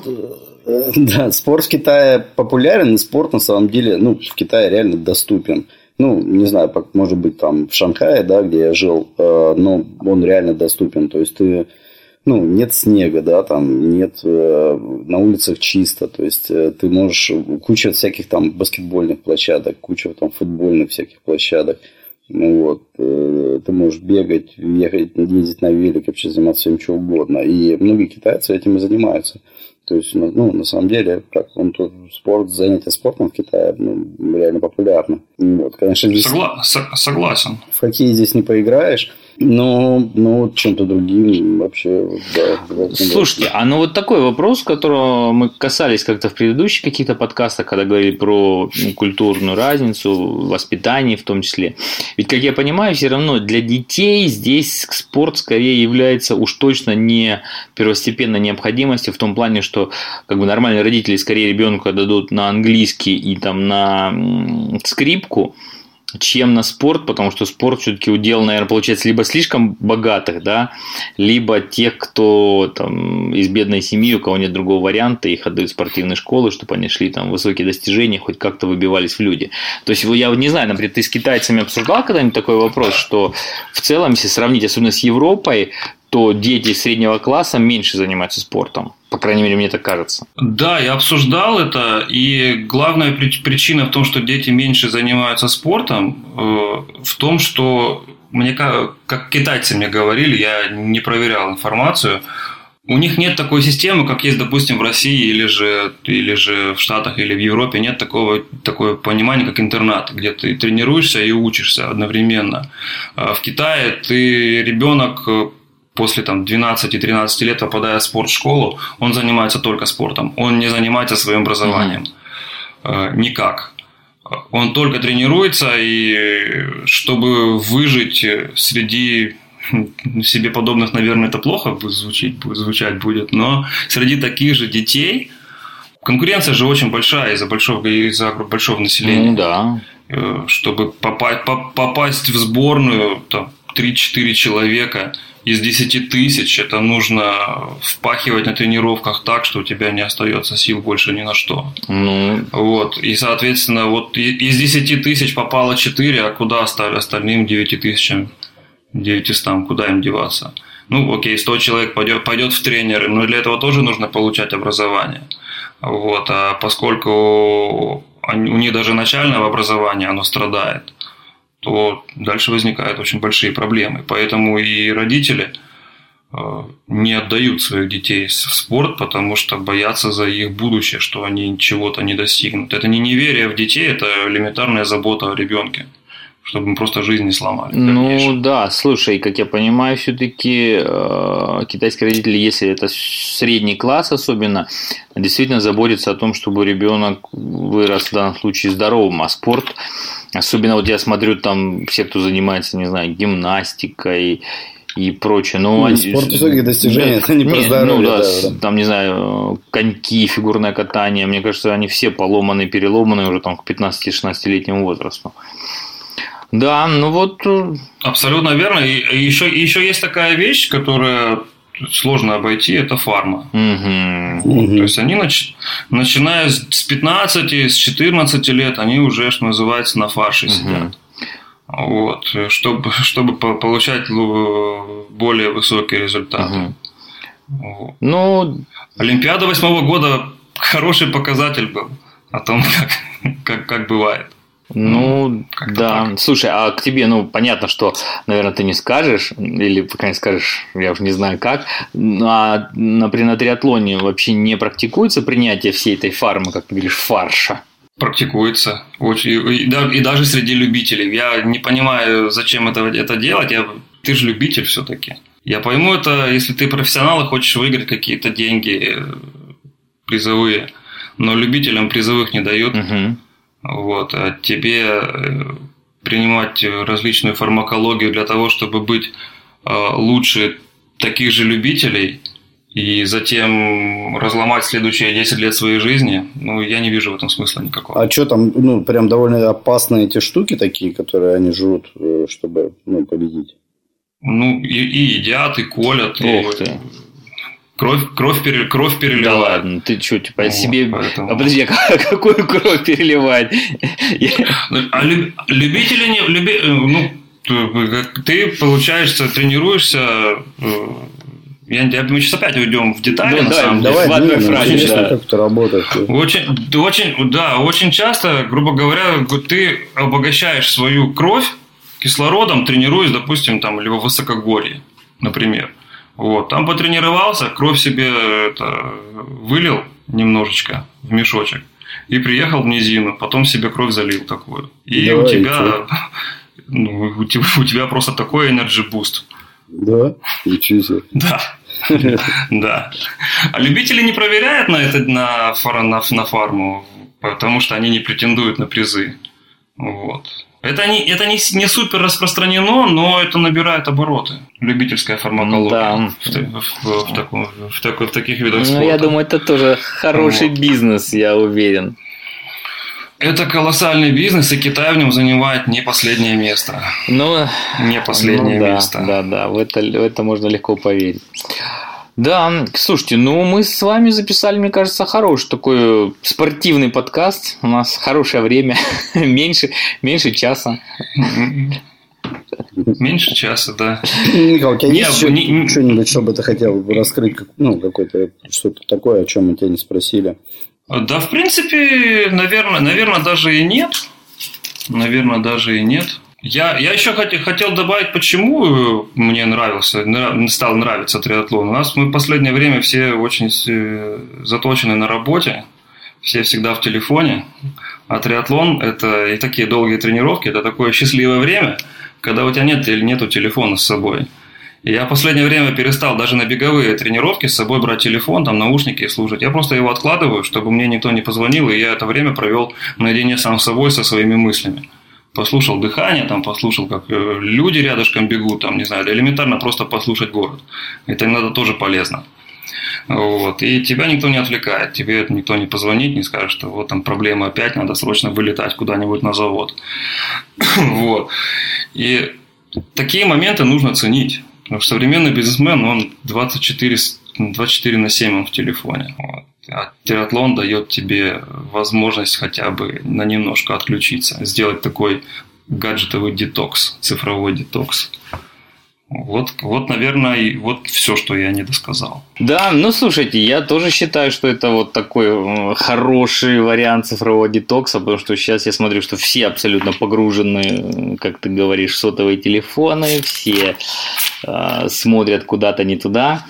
S2: Спорт в Китае популярен, и спорт на самом деле, в Китае реально доступен. Не знаю, может быть, там в Шанхае, да, где я жил, но он реально доступен. То есть ты, нет снега, да, там нет, на улицах чисто. То есть ты можешь, куча всяких там баскетбольных площадок, куча там футбольных всяких площадок. Ты можешь бегать, ехать, ездить на велике, вообще заниматься всем что угодно. И многие китайцы этим и занимаются. То есть, на самом деле, занятие спортом в Китае реально популярно. Конечно, здесь
S4: согласен.
S2: В хоккей здесь не поиграешь, но чем-то другим вообще, да.
S3: Слушайте, вот такой вопрос, которого мы касались как-то в предыдущих каких-то подкастах, когда говорили про культурную разницу, воспитание в том числе. Ведь, как я понимаю, все равно для детей здесь спорт скорее является уж точно не первостепенной необходимостью в том плане, что нормальные родители скорее ребенку дадут на английский и там на скрипку, чем на спорт, потому что спорт все-таки удел, наверное, получается либо слишком богатых, да, либо тех, кто там из бедной семьи, у кого нет другого варианта, их отдают в спортивные школы, чтобы они шли там в высокие достижения, хоть как-то выбивались в люди. То есть, я не знаю, например, ты с китайцами обсуждал когда-нибудь такой вопрос, что в целом, если сравнить, особенно с Европой, то дети среднего класса меньше занимаются спортом. По крайней мере, мне так кажется.
S4: Да, я обсуждал это, и главная причина в том, что дети меньше занимаются спортом, в том, что, как китайцы мне говорили, я не проверял информацию, у них нет такой системы, как есть, допустим, в России или же в Штатах или в Европе, нет такого понимания, как интернат, где ты тренируешься и учишься одновременно. В Китае ребенок после 12-13 лет, попадая в спортшколу, он занимается только спортом. Он не занимается своим образованием. Никак. Он только тренируется, и чтобы выжить среди себе подобных, наверное, это плохо звучать будет, но среди таких же детей конкуренция же очень большая из-за большого населения.
S3: Да.
S4: Чтобы попасть в сборную, 3-4 человека из 10 тысяч, это нужно впахивать на тренировках так, что у тебя не остается сил больше ни на что. И, соответственно, из 10 тысяч попало 4, а куда остальным 900, куда им деваться? 100 человек пойдет в тренеры, но для этого тоже нужно получать образование. А поскольку у них даже начальное образование, оно страдает, то дальше возникают очень большие проблемы. Поэтому и родители не отдают своих детей в спорт, потому что боятся за их будущее, что они чего-то не достигнут. Это не неверие в детей, это элементарная забота о ребенке, чтобы мы просто жизнь не сломали.
S3: Ну да, слушай, как я понимаю, все-таки китайские родители, если это средний класс особенно, действительно заботятся о том, чтобы ребенок вырос в данном случае здоровым, а спорт, особенно вот я смотрю там все, кто занимается, не знаю, гимнастикой и прочее. Ну,
S2: спорт высоких достижений, это не про здоровье.
S3: Да. Там, не знаю, коньки, фигурное катание, мне кажется, они все поломаны, переломаны уже там к 15-16-летнему возрасту. Да, ну вот...
S4: Абсолютно верно. И еще есть такая вещь, которая сложно обойти, это фарма. То есть они, начиная с 15, с 14 лет, они уже, что называется, на фарше сидят. Вот, чтобы получать более высокие результаты. Вот.
S3: Ну...
S4: Олимпиада 8-го года хороший показатель был о том, как бывает.
S3: Ну,
S4: как-то
S3: да.
S4: Так.
S3: Слушай, а к тебе, понятно, что, наверное, ты не скажешь, или пока не скажешь, я уже не знаю как, а например, на триатлоне вообще не практикуется принятие всей этой фармы, как ты говоришь, фарша?
S4: Практикуется. И даже среди любителей. Я не понимаю, зачем это делать. Ты же любитель все-таки. Я пойму это, если ты профессионал и хочешь выиграть какие-то деньги призовые, но любителям призовых не дают. Вот, а тебе принимать различную фармакологию для того, чтобы быть лучше таких же любителей и затем разломать следующие 10 лет своей жизни, я не вижу в этом смысла никакого.
S2: А что там, прям довольно опасные эти штуки такие, которые они жрут, чтобы, победить?
S4: И едят, и колят.
S3: Ох ты.
S4: Кровь переливают.
S3: Да ладно, ты что, себе...
S4: Поэтому...
S3: А подожди, какую кровь переливать?
S4: А любители не... ты, получается, тренируешься... Мы сейчас опять уйдем в детали, на самом деле.
S2: Давай, как это работает.
S4: Очень часто, грубо говоря, ты обогащаешь свою кровь кислородом, тренируясь, допустим, там, либо в высокогорье, например. Вот, там потренировался, кровь себе вылил немножечко в мешочек и приехал в низину, потом себе кровь залил такую. И у тебя просто такой energy boost.
S2: Да? Ничего себе.
S4: Да. Да. А любители не проверяют на фарму, потому что они не претендуют на призы. Вот. Это не супер распространено, но это набирает обороты. Любительская фармакология в таких видах спорта.
S3: Я думаю, это тоже хороший бизнес, я уверен.
S4: Это колоссальный бизнес, и Китай в нем занимает не последнее место. Не последнее место.
S3: Да, в это можно легко поверить. Да, слушайте, мы с вами записали, мне кажется, хороший такой спортивный подкаст. У нас хорошее время, меньше часа.
S4: Меньше часа, да.
S2: Михаил, у тебя есть что-нибудь, чтобы ты хотел раскрыть, какое-то что-то такое, о чем мы тебя не спросили?
S4: Да, в принципе, наверное, даже и нет. Я еще хотел добавить, почему мне стал нравиться триатлон. Мы в последнее время все очень заточены на работе, все всегда в телефоне. А триатлон – это и такие долгие тренировки, это такое счастливое время, когда у тебя нету телефона с собой. И я в последнее время перестал даже на беговые тренировки с собой брать телефон, там наушники слушать. Я просто его откладываю, чтобы мне никто не позвонил, и я это время провел наедине сам с собой, со своими мыслями. Послушал дыхание, послушал, как люди рядышком бегут, не знаю, да элементарно просто послушать город. Это иногда тоже полезно. Вот. И тебя никто не отвлекает, тебе никто не позвонит, не скажет, что вот там проблема опять, надо срочно вылетать куда-нибудь на завод. Вот. И такие моменты нужно ценить. Потому что современный бизнесмен, он 24/7 он в телефоне. Вот. А триатлон дает тебе возможность хотя бы на немножко отключиться, сделать такой гаджетовый детокс, цифровой детокс. Вот, наверное, и вот все, что я не досказал.
S3: Да, слушайте, я тоже считаю, что это вот такой хороший вариант цифрового детокса, потому что сейчас я смотрю, что все абсолютно погружены, как ты говоришь, в сотовые телефоны, все смотрят куда-то не туда,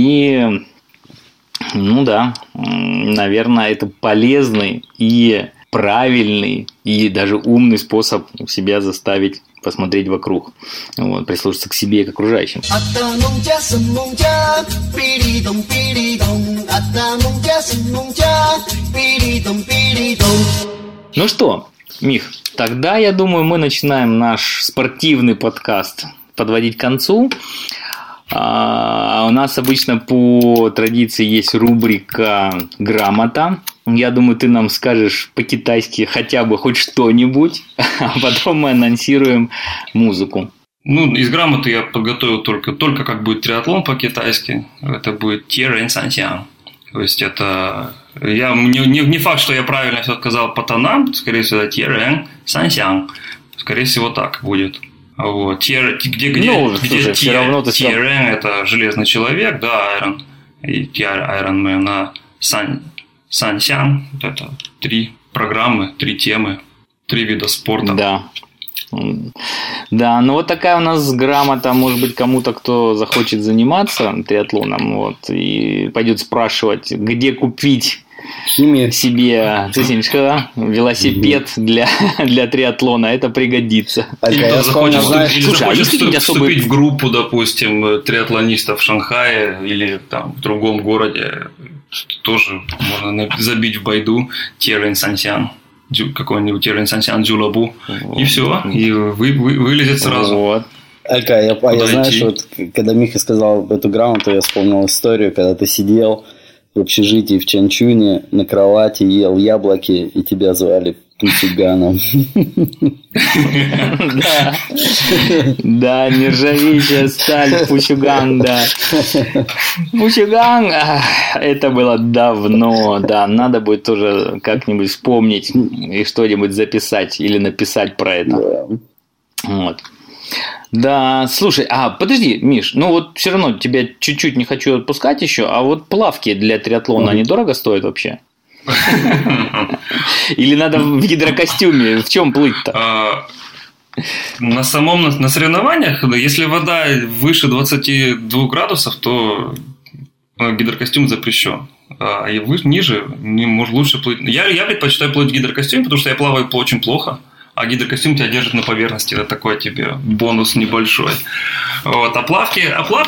S3: и, наверное, это полезный и правильный и даже умный способ себя заставить посмотреть вокруг, вот, прислушаться к себе и к окружающим. Ну что, Мих, тогда, я думаю, мы начинаем наш спортивный подкаст подводить к концу. У нас обычно по традиции есть рубрика «Грамота». Я думаю, ты нам скажешь по-китайски хотя бы хоть что-нибудь, а потом мы анонсируем музыку.
S4: Ну, из грамоты я подготовил только как будет триатлон по-китайски. Это будет Тирен Сансян. То есть это... Не факт, что я правильно все сказал по тонам. Скорее всего, Тирен Сансян. Скорее всего, так будет. Вот. Где
S3: все равно ты
S4: Тирен – это железный человек, да, Iron. И Iron Man, а Сансян – это 3 программы, 3 темы, 3 вида спорта.
S3: Да. Да, ну вот такая у нас грамота, может быть, кому-то, кто захочет заниматься триатлоном, вот, и пойдет спрашивать, где купить себе велосипед для триатлона, это пригодится.
S4: Захочет вступить в группу, допустим, триатлонистов в Шанхае или там в другом городе, тоже можно забить в байду Тирен Сансян. Какой-нибудь Тирен Сансян Дзюлабу, и все, и вылезет сразу.
S3: Вот.
S2: Я знаешь, вот, когда Миха сказал эту грамоту, я вспомнил историю, когда ты сидел в общежитии в Чанчуне на кровати, ел яблоки, и тебя звали Пусюганом.
S3: Да, нержавеющая сталь, Пусюган, да. Пусюган, это было давно, да, надо будет тоже как-нибудь вспомнить и что-нибудь записать или написать про это. Вот. Да, слушай, подожди, Миш, ну вот все равно тебя чуть-чуть не хочу отпускать еще, а вот плавки для триатлона, они дорого стоят вообще? Или надо в гидрокостюме? В чем плыть-то?
S4: На соревнованиях, если вода выше 22 градусов, то гидрокостюм запрещен. А ниже лучше плыть. Я предпочитаю плыть в гидрокостюме, потому что я плаваю очень плохо. А гидрокостюм тебя держит на поверхности. Это такой тебе бонус небольшой. Вот. А плавки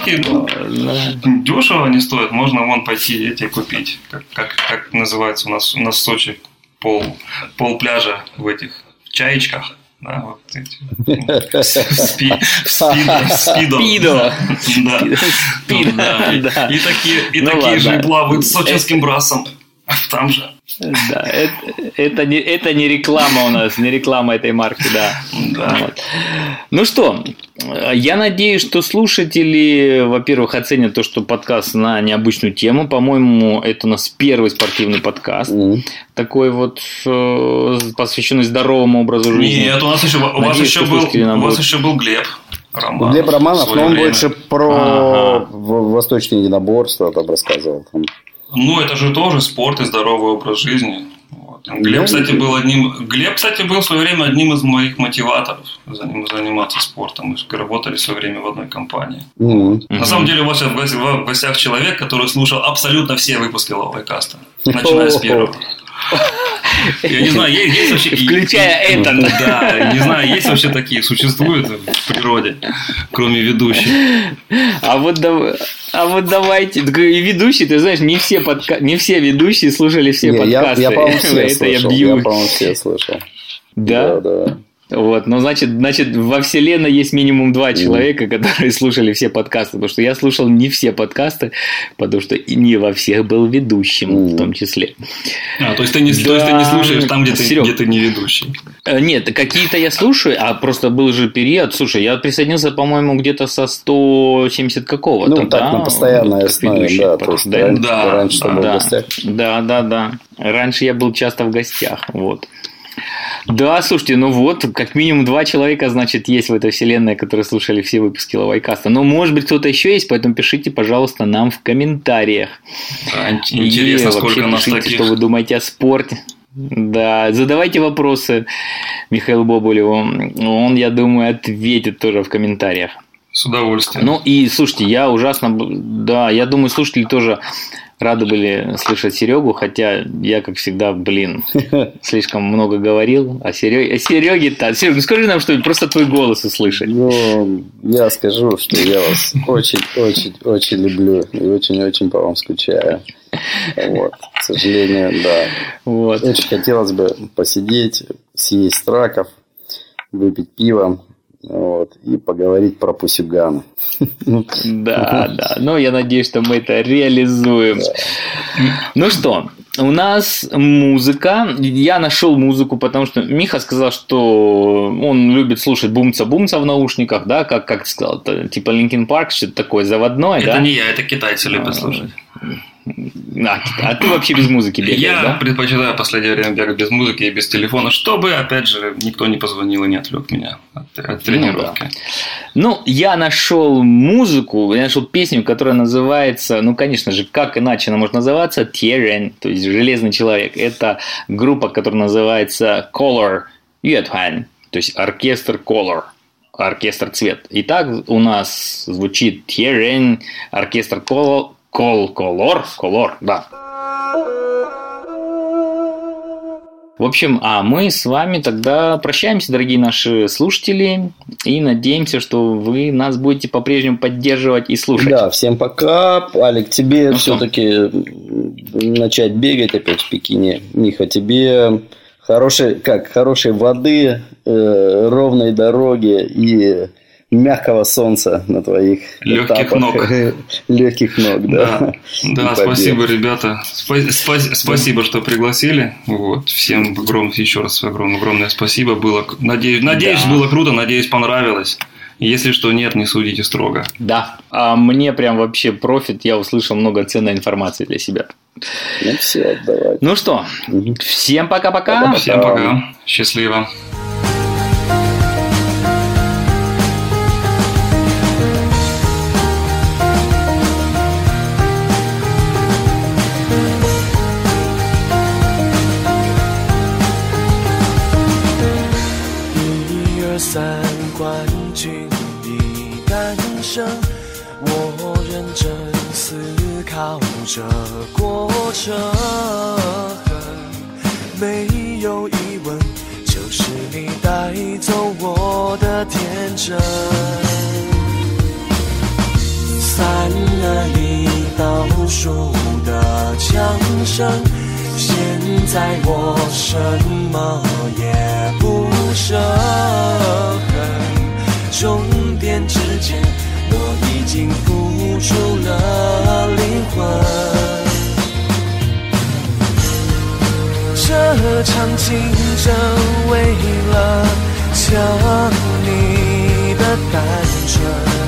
S4: дешево не стоят. Можно вон пойти эти купить. Как называется у нас в Сочи пол пляжа в этих чаечках. Да, вот эти. Спидо. Да. И такие же плавают с сочинским брасом. Там же.
S3: Да, это не реклама у нас, не реклама этой марки, да. Вот. Ну что, я надеюсь, что слушатели, во-первых, оценят то, что подкаст на необычную тему. По-моему, это у нас первый спортивный подкаст, такой вот посвященный здоровому образу жизни.
S4: Нет, у вас еще был Глеб Романов.
S2: Глеб Романов, но он больше про восточное единоборство там рассказывал.
S4: Ну, это же тоже спорт и здоровый образ жизни. Вот. Глеб, кстати, был в свое время одним из моих мотиваторов заниматься спортом. Мы работали в свое время в одной компании. На самом деле, у вас сейчас в гостях человек, который слушал абсолютно все выпуски Ловайкаста, начиная с первого. Я не знаю, есть вообще...
S3: Включая это.
S4: Да, не знаю, есть вообще такие, существуют в природе, кроме ведущих.
S3: А вот давайте... И ведущие, ты знаешь, не все ведущие слушали все подкасты.
S2: Я, по-моему, все слышал.
S3: Я,
S2: все слышал.
S3: Да? Да. Вот, ну, значит, во вселенной есть минимум 2 человека, которые слушали все подкасты, потому что я слушал не все подкасты, потому что и не во всех был ведущим, в том числе.
S4: То есть ты не слушаешь там, где ты не ведущий?
S3: Нет, какие-то я слушаю, а просто был же период, слушай, я присоединился, по-моему, где-то со 170 какого-то.
S2: Ну, так, на постоянной основе, да, то есть раньше был в гостях.
S3: Да. Раньше я был часто в гостях, вот. Да, слушайте, ну вот, как минимум 2 человека, значит, есть в этой вселенной, которые слушали все выпуски Ловайкаста. Но, может быть, кто-то еще есть, поэтому пишите, пожалуйста, нам в комментариях.
S4: Интересно, сколько нас таких.
S3: Что вы думаете о спорте. Да, задавайте вопросы Михаилу Бобулеву. Он, я думаю, ответит тоже в комментариях.
S4: С удовольствием.
S3: Ну и, слушайте, я думаю, слушатели тоже рады были слышать Серегу, хотя я, как всегда, слишком много говорил о Сереге-то. Серега, ну скажи нам что-нибудь, просто твой голос услышать.
S2: Ну, я скажу, что я вас очень-очень-очень люблю и очень-очень по вам скучаю. Вот, к сожалению, да.
S3: Вот.
S2: Очень хотелось бы посидеть, съесть раков, выпить пиво. Вот, и поговорить про Пусюгана.
S3: Да. Но я надеюсь, что мы это реализуем. Ну что, у нас музыка. Я нашел музыку, потому что Миха сказал, что он любит слушать бумца-бумца в наушниках, да, как ты сказал, это типа Linkin Park, что-то такое заводное,
S4: это
S3: да?
S4: Это не я, это китайцы любят слушать.
S3: А ты вообще без музыки бегаешь,
S4: Я предпочитаю в последнее время бегать без музыки и без телефона, чтобы, опять же, никто не позвонил и не отвлек меня от тренировки.
S3: Ну, я нашел музыку, я нашел песню, которая называется, ну, конечно же, как иначе она может называться, Тьерен, то есть Железный человек. Это группа, которая называется Color Yuethan, то есть оркестр Color. Оркестр цвет. Итак, у нас звучит Тьерен, оркестр Color, да. В общем, мы с вами тогда прощаемся, дорогие наши слушатели, и надеемся, что вы нас будете по-прежнему поддерживать и слушать.
S2: Да, всем пока. Алик, тебе все-таки начать бегать опять в Пекине. Миха, тебе хорошей воды, ровной дороги и мягкого солнца на твоих
S4: легких ног.
S2: Легких ног, да.
S4: Да, спасибо, ребята. Спасибо, что пригласили. Вот. Всем еще раз огромное спасибо. Надеюсь, было круто, надеюсь, понравилось. Если что, нет, не судите строго.
S3: Да, а мне прям вообще профит. Я услышал много ценной информации для себя.
S2: Ну все, давай.
S3: Ну что, всем пока-пока.
S4: Всем пока. Счастливо.
S1: 三冠军已诞生，我认真思考这过程，没有疑问，就是你带走我的天真。321倒数的枪声，现在我什么也不舍。终点之前，我已经付出了灵魂。这场竞争为了抢你的单纯，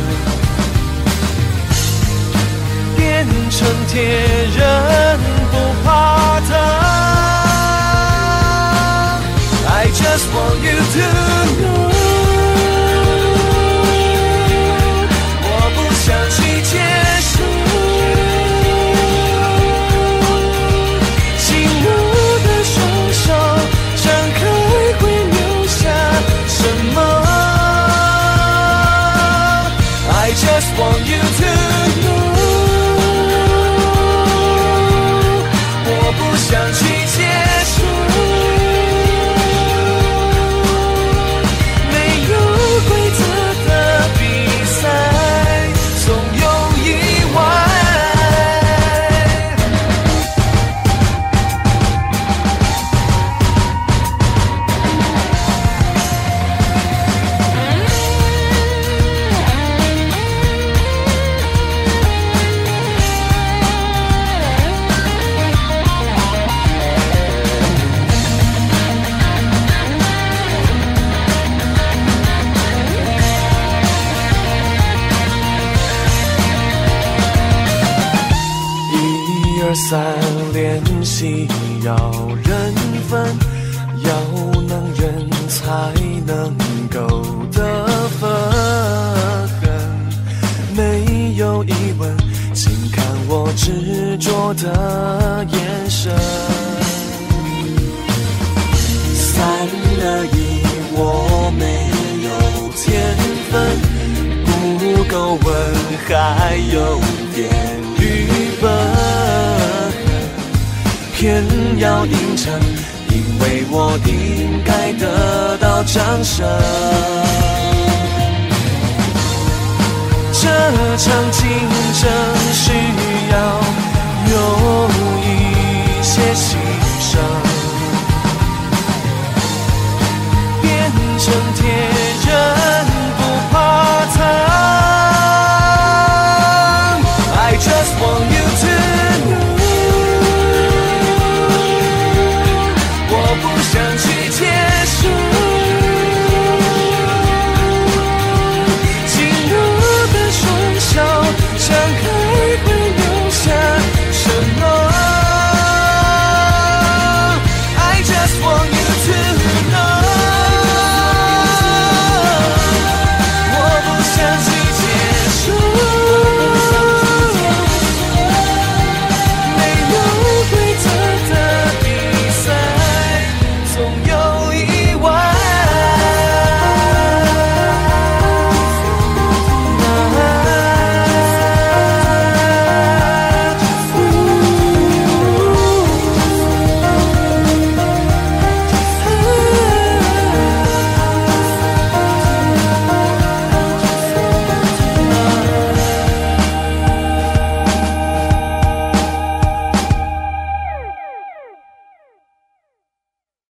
S1: 变成铁人不怕疼。I just want you to know。想去结束，紧握的双手张开会留下什么 I just want you to know。 我不想去结束，没有规则的比赛3练习要人分，要能人才能够得分，没有疑问，请看我执着的眼神。321我没有天分，不够稳，还有点愚笨。 天要赢场，因为我应该得到掌声。这场竞争需